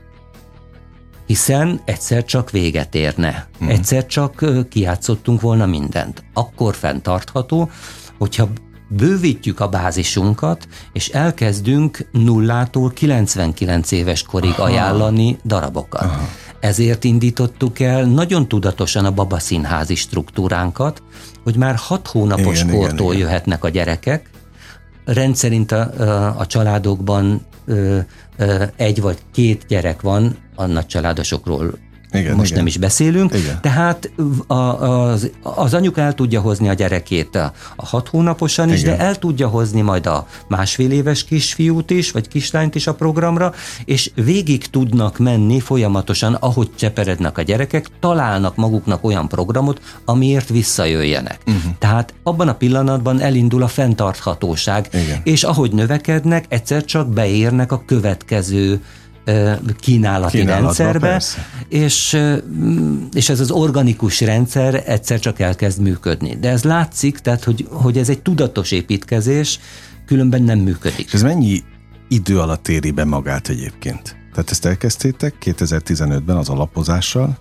C: Hiszen egyszer csak véget érne. Hmm. Egyszer csak kijátszottunk volna mindent. Akkor fenntartható, hogyha bővítjük a bázisunkat, és elkezdünk nullától kilencvenkilenc éves korig Aha. ajánlani darabokat. Aha. Ezért indítottuk el nagyon tudatosan a babaszínházi struktúránkat, hogy már hat hónapos igen, kortól igen, jöhetnek igen. a gyerekek. Rendszerint a, a, a családokban ö, ö, egy vagy két gyerek van, a nagy családosokról igen, most igen. nem is beszélünk, igen. tehát a, az, az anyuka el tudja hozni a gyerekét a, a hat hónaposan is, igen. de el tudja hozni majd a másfél éves kisfiút is, vagy kislányt is a programra, és végig tudnak menni folyamatosan, ahogy cseperednek a gyerekek, találnak maguknak olyan programot, amiért visszajöjjenek. Uh-huh. Tehát abban a pillanatban elindul a fenntarthatóság, igen. és ahogy növekednek, egyszer csak beérnek a következő kínálati Kínálatba, rendszerbe, és, és ez az organikus rendszer egyszer csak elkezd működni. De ez látszik, tehát, hogy, hogy ez egy tudatos építkezés, különben nem működik.
B: És ez mennyi idő alatt éri be magát egyébként? Tehát ezt elkezdtétek kétezer-tizenötben az alapozással,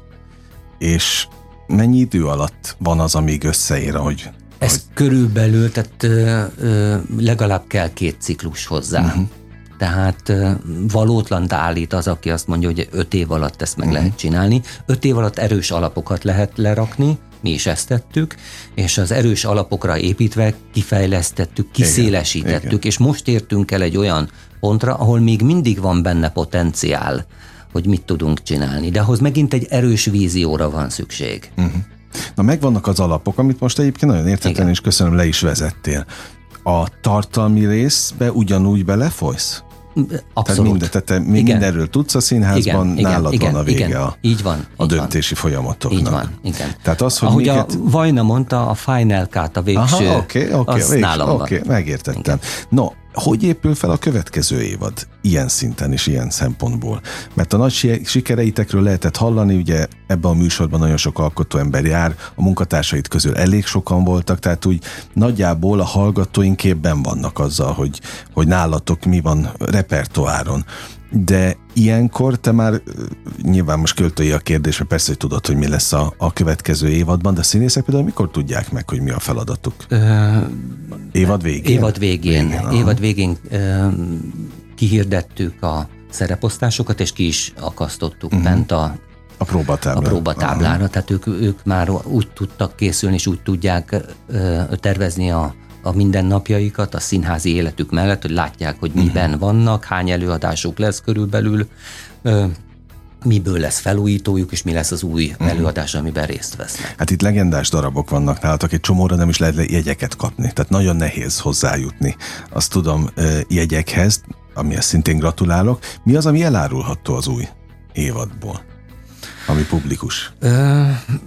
B: és mennyi idő alatt van az, amíg összeér, ahogy...
C: Ez ahogy... körülbelül, tehát ö, ö, legalább kell két ciklus hozzá. Uh-huh. Tehát valótlant állít az, aki azt mondja, hogy öt év alatt ezt meg uh-huh. lehet csinálni. Öt év alatt erős alapokat lehet lerakni, mi is ezt tettük, és az erős alapokra építve kifejlesztettük, kiszélesítettük, igen, igen. és most értünk el egy olyan pontra, ahol még mindig van benne potenciál, hogy mit tudunk csinálni, de ahhoz megint egy erős vízióra van szükség. Uh-huh.
B: Na megvannak az alapok, amit most egyébként nagyon értetlen, és köszönöm, le is vezettél. A tartalmi részbe ugyanúgy belefolysz?
C: Abszolút.
B: Tehát, minden, tehát te még mindenről tudsz a színházban, igen, nálad
C: igen,
B: van a vége
C: igen,
B: a,
C: így van,
B: a
C: így
B: döntési
C: van.
B: folyamatoknak.
C: Így van, igen.
B: Tehát az, hogy
C: ahogy
B: minket...
C: a Vajna mondta, a Final Cut, a végső,
B: Aha, okay, okay,
C: az
B: végső,
C: nálam van.
B: Oké, okay, megértettem. Igen. No, hogy épül fel a következő évad ilyen szinten és ilyen szempontból? Mert a nagy sikereitekről lehetett hallani, ugye ebben a műsorban nagyon sok alkotó ember jár, a munkatársait közül elég sokan voltak, tehát úgy nagyjából a hallgatóink képben vannak azzal, hogy, hogy nálatok mi van repertoáron. De ilyenkor te már, nyilván most költői a kérdés, mert persze, hogy tudod, hogy mi lesz a, a következő évadban, de a színészek például mikor tudják meg, hogy mi a feladatuk? Ö, évad végén?
C: Évad végén. végén évad végén ö, kihirdettük a szereposztásokat, és ki is akasztottuk uh-huh. bent a
B: A próbatáblára.
C: A próbatáblára. Uh-huh. Tehát ők, ők már úgy tudtak készülni, és úgy tudják ö, tervezni a a mindennapjaikat a színházi életük mellett, hogy látják, hogy miben uh-huh. vannak, hány előadásuk lesz körülbelül, ö, miből lesz felújítójuk, és mi lesz az új uh-huh. előadás, amiben részt vesznek.
B: Hát itt legendás darabok vannak nálatok, egy csomóra nem is lehet jegyeket kapni, tehát nagyon nehéz hozzájutni. Azt tudom, jegyekhez, amihez szintén gratulálok. Mi az, ami elárulható az új évadból, ami publikus? Ö...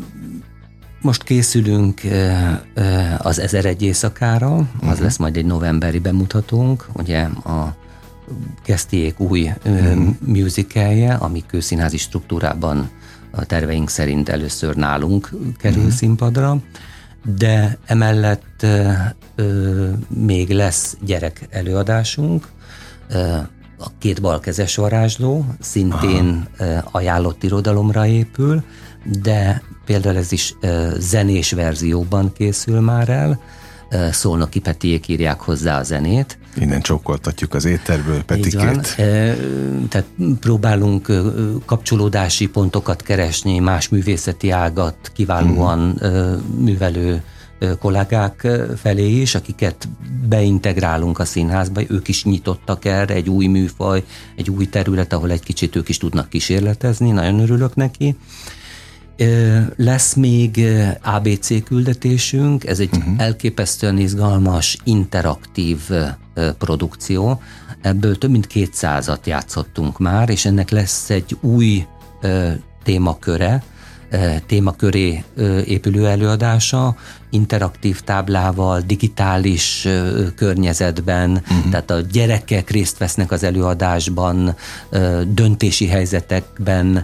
C: Most készülünk az Ezeregy éjszakára, az uh-huh. lesz majd egy novemberi bemutatónk, ugye a Kesztyék új uh-huh. musicalje, ami kőszínházi struktúrában a terveink szerint először nálunk kerül uh-huh. színpadra, de emellett ö, még lesz gyerek előadásunk, ö, a Két balkezes varázsló, szintén uh-huh. ajánlott irodalomra épül, de például ez is uh, zenés verzióban készül már el, uh, Szolnoki Petiék írják hozzá a zenét.
B: Innen csókoltatjuk az éterből Petikét. Uh,
C: tehát próbálunk uh, kapcsolódási pontokat keresni, más művészeti ágat kiválóan uh-huh. uh, művelő kollégák felé is, akiket beintegrálunk a színházba, ők is nyitottak erre, egy új műfaj, egy új terület, ahol egy kicsit ők is tudnak kísérletezni, nagyon örülök neki. Lesz még á bé cé küldetésünk, ez egy uh-huh. elképesztően izgalmas, interaktív produkció. Ebből több mint kétszázat játszottunk már, és ennek lesz egy új témaköre, témaköré épülő előadása, interaktív táblával, digitális környezetben, uh-huh. tehát a gyerekek részt vesznek az előadásban, döntési helyzetekben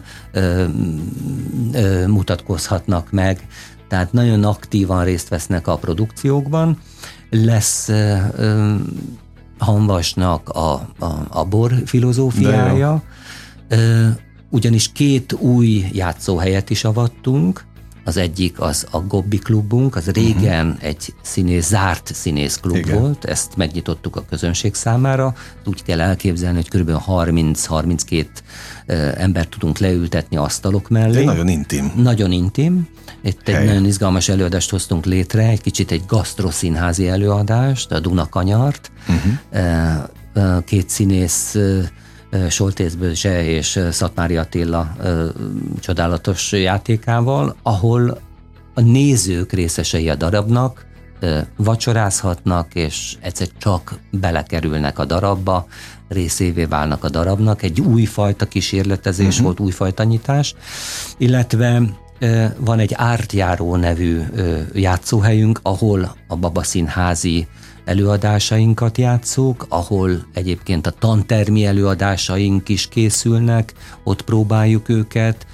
C: mutatkozhatnak meg, tehát nagyon aktívan részt vesznek a produkciókban. Lesz Hanvasnak a, a, a bor filozófiája, ugyanis két új játszóhelyet is avattunk. Az egyik az a Gobbi klubunk, az régen uh-huh. egy színész, zárt színészklub Igen. volt, ezt megnyitottuk a közönség számára. Úgy kell elképzelni, hogy kb. harminc-harminckét embert tudunk leültetni asztalok mellé.
B: De nagyon intim.
C: Nagyon intim. Itt egy nagyon izgalmas előadást hoztunk létre, egy kicsit egy gasztroszínházi előadást, a Dunakanyart. Uh-huh. Két színész, Soltész Bözse és Szatmári Attila csodálatos játékával, ahol a nézők részesei a darabnak, vacsorázhatnak, és egyszer csak belekerülnek a darabba, részévé válnak a darabnak. Egy újfajta kísérletezés uh-huh. volt, újfajta nyitás, illetve van egy Ártjáró nevű játszóhelyünk, ahol a babaszínházi előadásainkat játsszuk, ahol egyébként a tantermi előadásaink is készülnek, ott próbáljuk őket,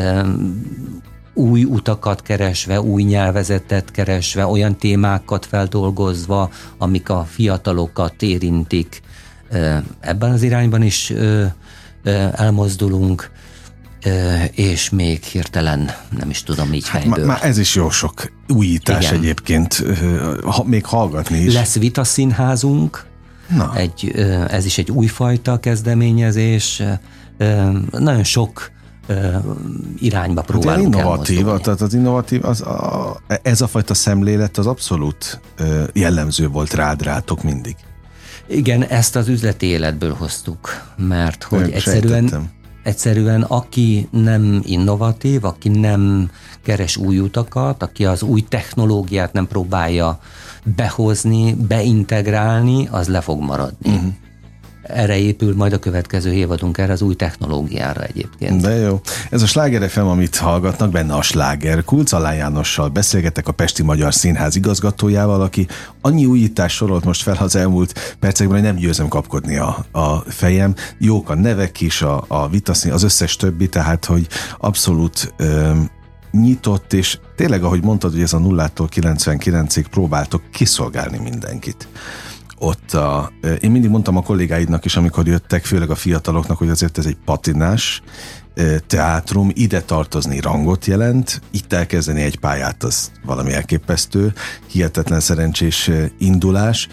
C: új utakat keresve, új nyelvezetet keresve, olyan témákat feldolgozva, amik a fiatalokat érintik. Ebben az irányban is elmozdulunk, és még hirtelen nem is tudom így
B: hát
C: fejből.
B: Már ez is jó sok újítás Igen. egyébként, ha, még hallgatni is.
C: Lesz vitaszínházunk, egy, ez is egy újfajta kezdeményezés, nagyon sok irányba próbálunk
B: hát innovatív, elmozdulni. Tehát az innovatív, az a, ez a fajta szemlélet az abszolút jellemző volt rád, rátok mindig.
C: Igen, ezt az üzleti életből hoztuk, mert hogy egyszerűen Egyszerűen aki nem innovatív, aki nem keres új utakat, aki az új technológiát nem próbálja behozni, beintegrálni, az le fog maradni. Uh-huh. Erre épül majd a következő évadunk, erre az új technológiára egyébként.
B: De jó. Ez a Sláger ef em, amit hallgatnak, benne a Sláger Kult. Zalán Jánossal beszélgetek, a Pesti Magyar Színház igazgatójával, aki annyi újítás sorolt most fel az elmúlt percekben, hogy nem győzöm kapkodni a, a fejem. Jók a nevek is, a, a vitaszín, az összes többi, tehát, hogy abszolút öm, nyitott, és tényleg, ahogy mondtad, hogy ez a nullától kilencvenkilencig próbáltok kiszolgálni mindenkit. Ott a, én mindig mondtam a kollégáidnak is, amikor jöttek, főleg a fiataloknak, hogy azért ez egy patinás teátrum, ide tartozni rangot jelent, itt elkezdeni egy pályát, az valami elképesztő, hihetetlen szerencsés indulás.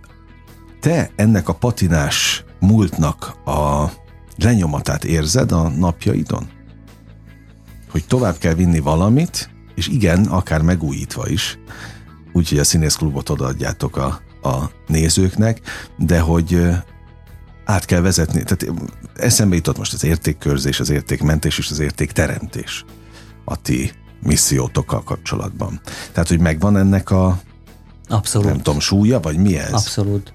B: Te ennek a patinás múltnak a lenyomatát érzed a napjaidon? Hogy tovább kell vinni valamit, és igen, akár megújítva is, úgyhogy a színészklubot odaadjátok a a nézőknek, de hogy át kell vezetni. Tehát eszembe jutott most az értékkörzés, az értékmentés és az értékteremtés a ti missziótokkal kapcsolatban. Tehát, hogy megvan ennek a
C: Abszolút.
B: nem tudom, súlya, vagy mi ez?
C: Abszolút.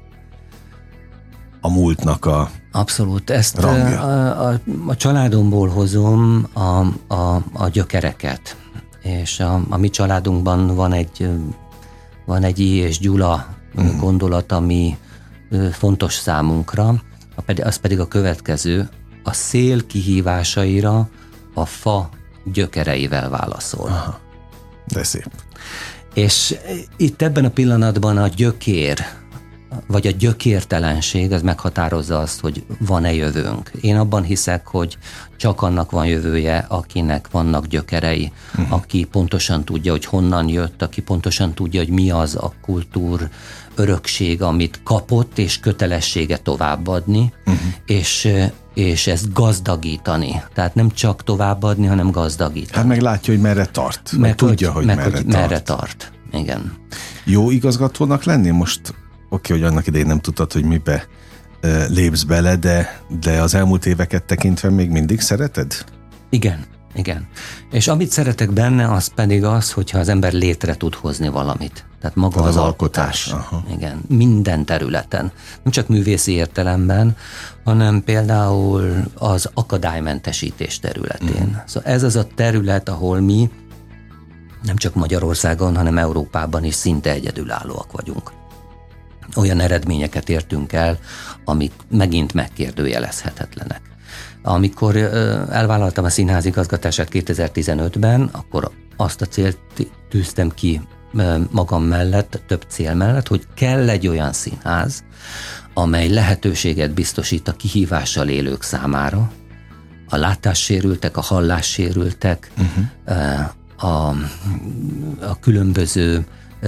B: A múltnak a
C: Abszolút. Ezt
B: rangja.
C: A, a, a családomból hozom a, a, a gyökereket. És a, a mi családunkban van egy van egy I. és Gyula Mm. gondolat, ami fontos számunkra, az pedig a következő: a szél kihívásaira a fa gyökereivel válaszol.
B: Aha, de szép.
C: És itt ebben a pillanatban a gyökér, vagy a gyökértelenség, az meghatározza azt, hogy van-e jövőnk. Én abban hiszek, hogy csak annak van jövője, akinek vannak gyökerei, uh-huh. aki pontosan tudja, hogy honnan jött, aki pontosan tudja, hogy mi az a kultúr örökség, amit kapott, és kötelessége továbbadni, uh-huh. és, és ezt gazdagítani. Tehát nem csak továbbadni, hanem gazdagítani.
B: Hát meg látja, hogy merre tart. Meg,
C: meg
B: tudja, hogy,
C: meg,
B: merre,
C: hogy
B: tart.
C: merre tart. igen.
B: Jó igazgatónak lenni? Most oké, hogy annak idején nem tudtad, hogy mibe uh, lépsz bele, de, de az elmúlt éveket tekintve még mindig szereted?
C: Igen, igen. És amit szeretek benne, az pedig az, hogyha az ember létre tud hozni valamit. Tehát maga az, az alkotás. alkotás. Igen, minden területen. Nem csak művészi értelemben, hanem például az akadálymentesítés területén. Mm. Szóval ez az a terület, ahol mi nem csak Magyarországon, hanem Európában is szinte egyedülállóak vagyunk. Olyan eredményeket értünk el, amik megint megkérdőjelezhetetlenek. Amikor elvállaltam a színház igazgatását kétezer-tizenötben, akkor azt a célt tűztem ki magam mellett, több cél mellett, hogy kell egy olyan színház, amely lehetőséget biztosít a kihívással élők számára, a látássérültek, a hallássérültek, uh-huh. a, a különböző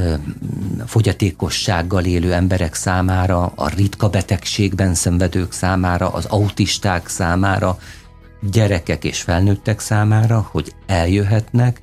C: fogyatékossággal élő emberek számára, a ritka betegségben szenvedők számára, az autisták számára, gyerekek és felnőttek számára, hogy eljöhetnek,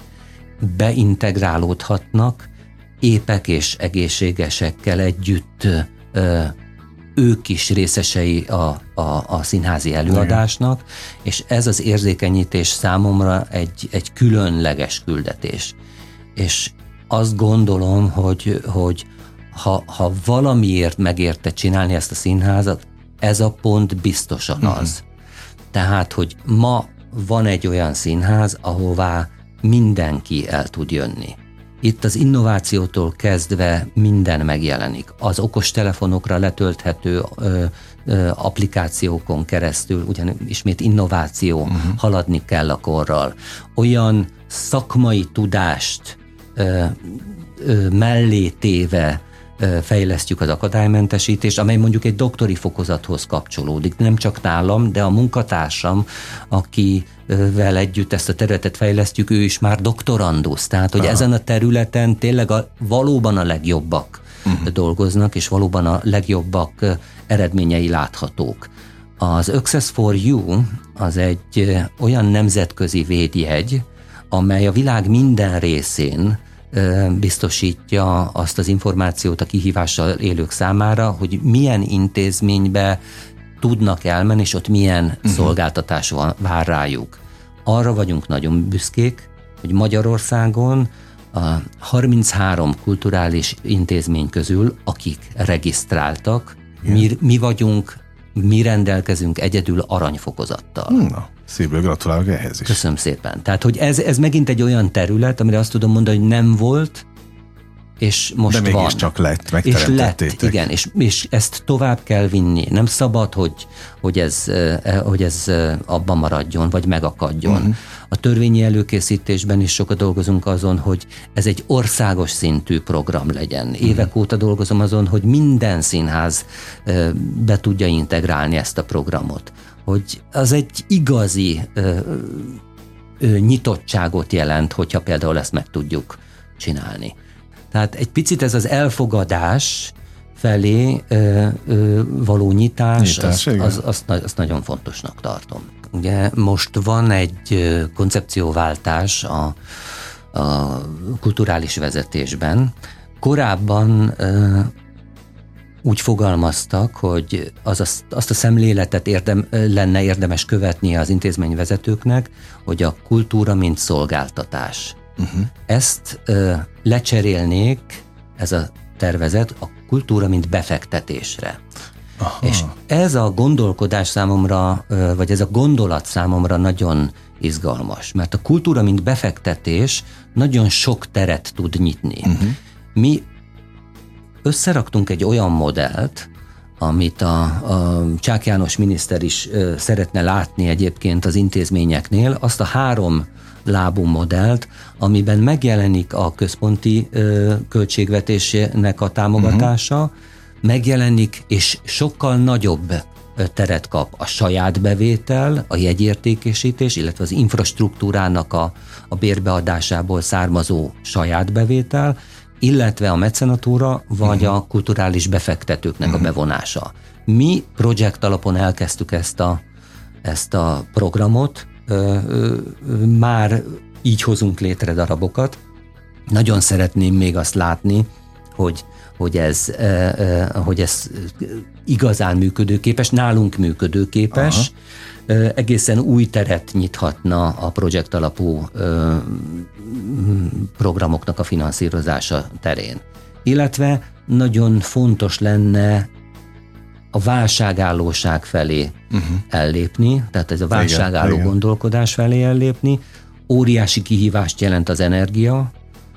C: beintegrálódhatnak, épek és egészségesekkel együtt ö, ők is részesei a, a, a színházi előadásnak, és ez az érzékenyítés számomra egy, egy különleges küldetés. És azt gondolom, hogy, hogy ha, ha valamiért megérte csinálni ezt a színházat, ez a pont biztosan az. Uh-huh. Tehát, hogy ma van egy olyan színház, ahová mindenki el tud jönni. Itt az innovációtól kezdve minden megjelenik. Az okostelefonokra letölthető ö, ö, applikációkon keresztül, ugyan ismét innováció, uh-huh. haladni kell a korral. Olyan szakmai tudást ö, ö, mellé téve ö, fejlesztjük az akadálymentesítést, amely mondjuk egy doktori fokozathoz kapcsolódik. Nem csak nálam, de a munkatársam, aki vel együtt ezt a területet fejlesztjük, ő is már doktorandusz. Tehát, hogy Aha. ezen a területen tényleg a, valóban a legjobbak uh-huh. dolgoznak, és valóban a legjobbak eredményei láthatók. Az Access for You az egy olyan nemzetközi védjegy, amely a világ minden részén biztosítja azt az információt a kihívással élők számára, hogy milyen intézménybe tudnak elmenni, és ott milyen uh-huh. szolgáltatás van, vár rájuk. Arra vagyunk nagyon büszkék, hogy Magyarországon a harminchárom kulturális intézmény közül, akik regisztráltak, mi, mi vagyunk, mi rendelkezünk egyedül aranyfokozattal.
B: Na, szívből gratulálok ehhez is.
C: Köszönöm szépen. Tehát, hogy ez, ez megint egy olyan terület, amire azt tudom mondani, hogy nem volt, és most
B: de
C: van.
B: mégis csak lett, megteremtettétek.
C: És lett, igen, és, és ezt tovább kell vinni. Nem szabad, hogy, hogy, ez, hogy ez abban maradjon, vagy megakadjon. Uh-huh. A törvényi előkészítésben is sokat dolgozunk azon, hogy ez egy országos szintű program legyen. Évek uh-huh. óta dolgozom azon, hogy minden színház be tudja integrálni ezt a programot. Hogy az egy igazi ö, ö, nyitottságot jelent, hogyha például ezt meg tudjuk csinálni. Tehát egy picit ez az elfogadás felé ö, ö, való nyitás, nyitás azt, az, azt, azt nagyon fontosnak tartom. Ugye most van egy koncepcióváltás a, a kulturális vezetésben. Korábban ö, úgy fogalmaztak, hogy az azt, azt a szemléletet érdem, lenne érdemes követni az intézményvezetőknek, hogy a kultúra mint szolgáltatás. Uh-huh. Ezt ö, lecserélnék, ez a tervezet, a kultúra mint befektetésre. Aha. És ez a gondolkodás számomra, ö, vagy ez a gondolat számomra nagyon izgalmas, mert a kultúra mint befektetés nagyon sok teret tud nyitni. Uh-huh. Mi összeraktunk egy olyan modellt, amit a, a Csák János miniszter is ö, szeretne látni egyébként az intézményeknél, azt a három lábú modellt, amiben megjelenik a központi ö, költségvetésnek a támogatása, uh-huh. megjelenik, és sokkal nagyobb teret kap a saját bevétel, a jegyértékesítés, illetve az infrastruktúrának a, a bérbeadásából származó saját bevétel, illetve a mecenatúra, vagy uh-huh. a kulturális befektetőknek uh-huh. a bevonása. Mi projekt alapon elkezdtük ezt a, ezt a programot, ö, ö, már így hozunk létre darabokat, Nagyon szeretném még azt látni, hogy, hogy, ez, hogy ez igazán működőképes, nálunk működőképes, aha, egészen új teret nyithatna a projekt alapú programoknak a finanszírozása terén. Illetve nagyon fontos lenne a válságállóság felé uh-huh. ellépni, tehát ez a válságálló igen, gondolkodás igen. felé ellépni. Óriási kihívást jelent az energia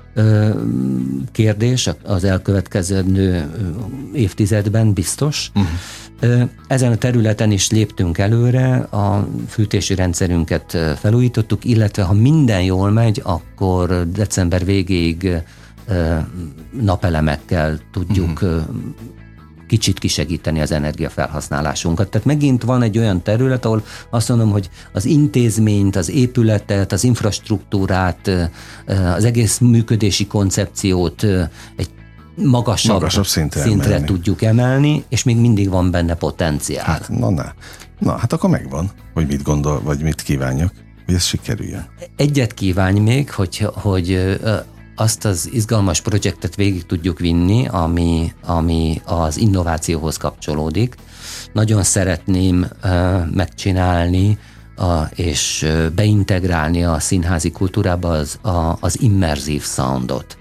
C: kérdés az elkövetkező évtizedben biztos. Uh-huh. Ezen a területen is léptünk előre, a fűtési rendszerünket felújítottuk, illetve ha minden jól megy, akkor december végéig napelemekkel tudjuk uh-huh. kicsit kisegíteni az energiafelhasználásunkat. Tehát megint van egy olyan terület, ahol azt mondom, hogy az intézményt, az épületet, az infrastruktúrát, az egész működési koncepciót egy magasabb, magasabb szintre, szintre emelni. tudjuk emelni, és még mindig van benne potenciál.
B: Hát, na, na. na, hát akkor megvan, hogy mit gondol, vagy mit kívánjak, hogy ez sikerüljön.
C: Egyet kívánj még, hogy, hogy azt az izgalmas projektet végig tudjuk vinni, ami, ami az innovációhoz kapcsolódik. Nagyon szeretném uh, megcsinálni uh, és uh, beintegrálni a színházi kultúrába az, a, az immerzív soundot.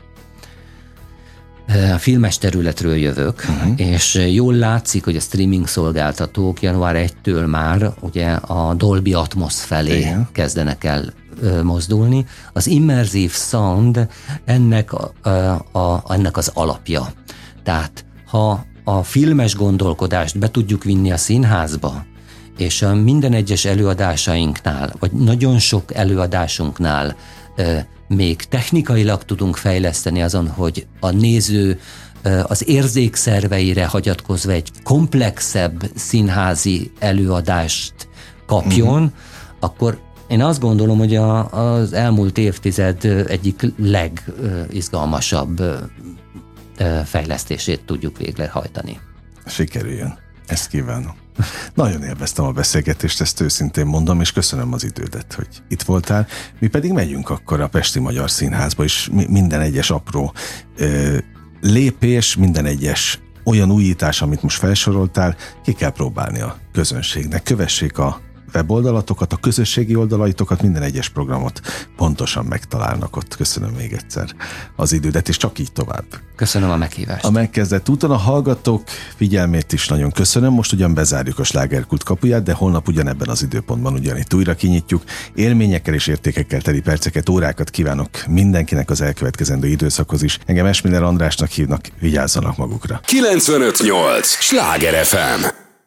C: A filmes területről jövök, uh-huh. és jól látszik, hogy a streaming szolgáltatók január elsejétől már ugye a Dolby Atmos felé igen. kezdenek el mozdulni. Az immerzív sound ennek, a, a, ennek az alapja. Tehát ha a filmes gondolkodást be tudjuk vinni a színházba, és a minden egyes előadásainknál, vagy nagyon sok előadásunknál még technikailag tudunk fejleszteni azon, hogy a néző az érzékszerveire hagyatkozva egy komplexebb színházi előadást kapjon, mm-hmm. akkor én azt gondolom, hogy a, az elmúlt évtized egyik legizgalmasabb fejlesztését tudjuk végrehajtani.
B: Sikerüljön. Ezt kívánom. Nagyon élveztem a beszélgetést, ezt őszintén mondom, és köszönöm az idődet, hogy itt voltál. Mi pedig megyünk akkor a Pesti Magyar Színházba, és minden egyes apró ö, lépés, minden egyes olyan újítás, amit most felsoroltál, ki kell próbálni a közönségnek. Kövessék a weboldalatokat, a közösségi oldalaitokat, minden egyes programot pontosan megtalálnak ott. Köszönöm még egyszer az idődet, és csak így tovább.
C: Köszönöm a meghívást.
B: A megkezdett úton a hallgatók figyelmét is nagyon köszönöm. Most ugyan bezárjuk a Slágerkult kapuját, de holnap ugyanebben az időpontban ugyanitt újra kinyitjuk. Élményekkel és értékekkel teli perceket, órákat kívánok mindenkinek az elkövetkezendő időszakhoz is. Engem Esmiller Andrásnak hívnak, vigyázzanak magukra.
A: kilencvenöt nyolc Sláger ef em